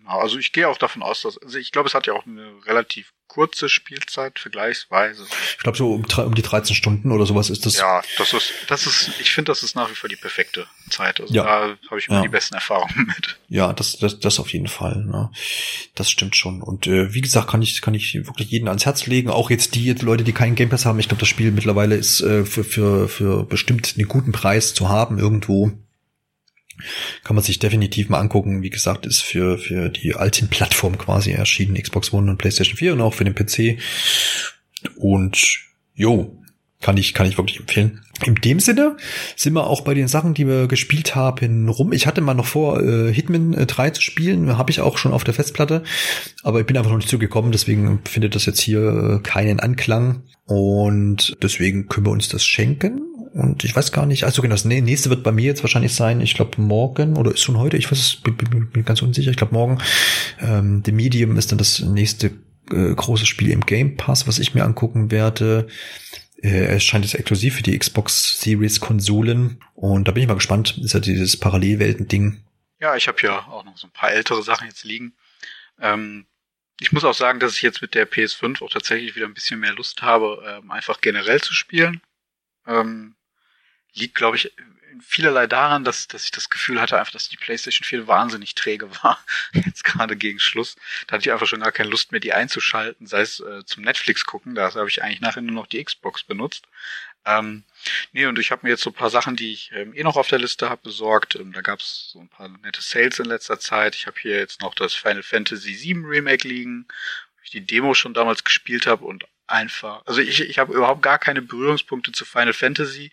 Genau, also ich gehe auch davon aus, also ich glaube, es hat ja auch eine relativ kurze Spielzeit vergleichsweise. Ich glaube, so um die 13 Stunden oder sowas ist das. Ja, ich finde, das ist nach wie vor die perfekte Zeit. Also ja. Da habe ich immer die besten Erfahrungen mit. Ja, das auf jeden Fall. Ne? Das stimmt schon. Und wie gesagt, kann ich wirklich jeden ans Herz legen. Auch jetzt die Leute, die keinen Game Pass haben. Ich glaube, das Spiel mittlerweile ist für bestimmt einen guten Preis zu haben irgendwo. Kann man sich definitiv mal angucken. Wie gesagt, ist für die alten Plattformen quasi erschienen, Xbox One und PlayStation 4 und auch für den PC. Und kann ich wirklich empfehlen. In dem Sinne sind wir auch bei den Sachen, die wir gespielt haben, rum. Ich hatte mal noch vor, Hitman 3 zu spielen. Habe ich auch schon auf der Festplatte. Aber ich bin einfach noch nicht zugekommen. Deswegen findet das jetzt hier keinen Anklang. Und deswegen können wir uns das schenken. Und ich weiß gar nicht, also genau, das nächste wird bei mir jetzt wahrscheinlich sein, ich glaube morgen, oder ist schon heute, ich weiß es, bin ganz unsicher, ich glaube morgen. The Medium ist dann das nächste große Spiel im Game Pass, was ich mir angucken werde. Es scheint jetzt exklusiv für die Xbox Series Konsolen. Und da bin ich mal gespannt, ist ja dieses Parallelwelten-Ding. Ja, ich habe ja auch noch so ein paar ältere Sachen jetzt liegen. Ich muss auch sagen, dass ich jetzt mit der PS5 auch tatsächlich wieder ein bisschen mehr Lust habe, einfach generell zu spielen. Liegt, glaube ich, in vielerlei daran, dass ich das Gefühl hatte, einfach, dass die PlayStation 4 wahnsinnig träge war. Jetzt gerade gegen Schluss. Da hatte ich einfach schon gar keine Lust mehr, die einzuschalten, sei es zum Netflix gucken. Da habe ich eigentlich nachher nur noch die Xbox benutzt. Und ich habe mir jetzt so ein paar Sachen, die ich noch auf der Liste habe, besorgt. Da gab es so ein paar nette Sales in letzter Zeit. Ich habe hier jetzt noch das Final Fantasy VII Remake liegen, wo ich die Demo schon damals gespielt habe und einfach, also ich habe überhaupt gar keine Berührungspunkte zu Final Fantasy.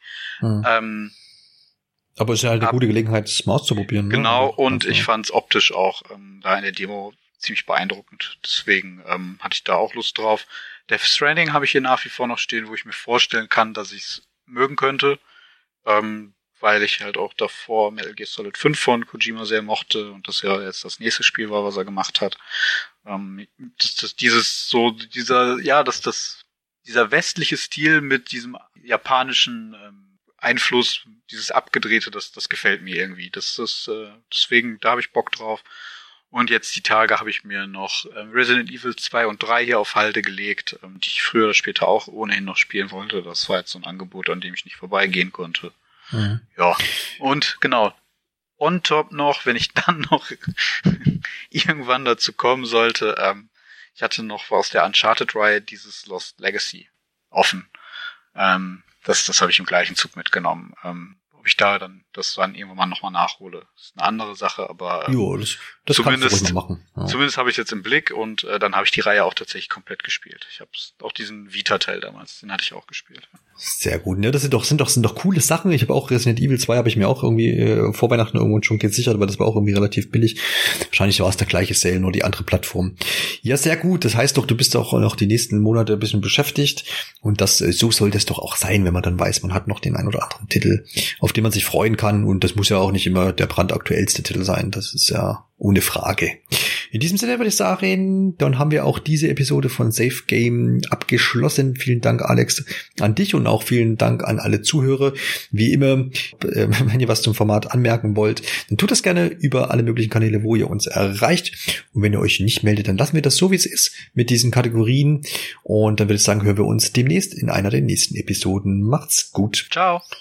Aber es ist ja halt eine gute Gelegenheit, es mal auszuprobieren. Genau, ne? Und ich fand es optisch auch da in der Demo ziemlich beeindruckend. Deswegen hatte ich da auch Lust drauf. Death Stranding habe ich hier nach wie vor noch stehen, wo ich mir vorstellen kann, dass ich es mögen könnte. Weil ich halt auch davor Metal Gear Solid 5 von Kojima sehr mochte und das ja jetzt das nächste Spiel war, was er gemacht hat. Dieser westliche Stil mit diesem japanischen Einfluss, dieses Abgedrehte, das gefällt mir irgendwie. Deswegen, da habe ich Bock drauf. Und jetzt die Tage habe ich mir noch Resident Evil 2 und 3 hier auf Halde gelegt, die ich früher oder später auch ohnehin noch spielen wollte. Das war jetzt so ein Angebot, an dem ich nicht vorbeigehen konnte. Mhm. Ja, und genau, on top noch, wenn ich dann noch irgendwann dazu kommen sollte, ich hatte noch aus der Uncharted-Reihe dieses Lost Legacy offen. Das habe ich im gleichen Zug mitgenommen. Ob ich da dann das dann irgendwann mal nochmal nachhole, ist eine andere Sache, aber das kannst du ruhig mal machen. Ja. Zumindest habe ich jetzt im Blick und dann habe ich die Reihe auch tatsächlich komplett gespielt. Ich habe auch diesen Vita-Teil damals, den hatte ich auch gespielt. Sehr gut, ne? Das sind doch coole Sachen. Ich habe auch Resident Evil 2 habe ich mir auch irgendwie vor Weihnachten irgendwo schon gesichert, aber das war auch irgendwie relativ billig. Wahrscheinlich war es der gleiche Sale, nur die andere Plattform. Ja, sehr gut. Das heißt doch, du bist auch noch die nächsten Monate ein bisschen beschäftigt und so sollte es doch auch sein, wenn man dann weiß, man hat noch den ein oder anderen Titel, auf den man sich freuen kann und das muss ja auch nicht immer der brandaktuellste Titel sein. Das ist ja ohne Frage. In diesem Sinne würde ich sagen, dann haben wir auch diese Episode von Safe Game abgeschlossen. Vielen Dank, Alex, an dich und auch vielen Dank an alle Zuhörer. Wie immer, wenn ihr was zum Format anmerken wollt, dann tut das gerne über alle möglichen Kanäle, wo ihr uns erreicht. Und wenn ihr euch nicht meldet, dann lassen wir das so, wie es ist mit diesen Kategorien. Und dann würde ich sagen, hören wir uns demnächst in einer der nächsten Episoden. Macht's gut. Ciao.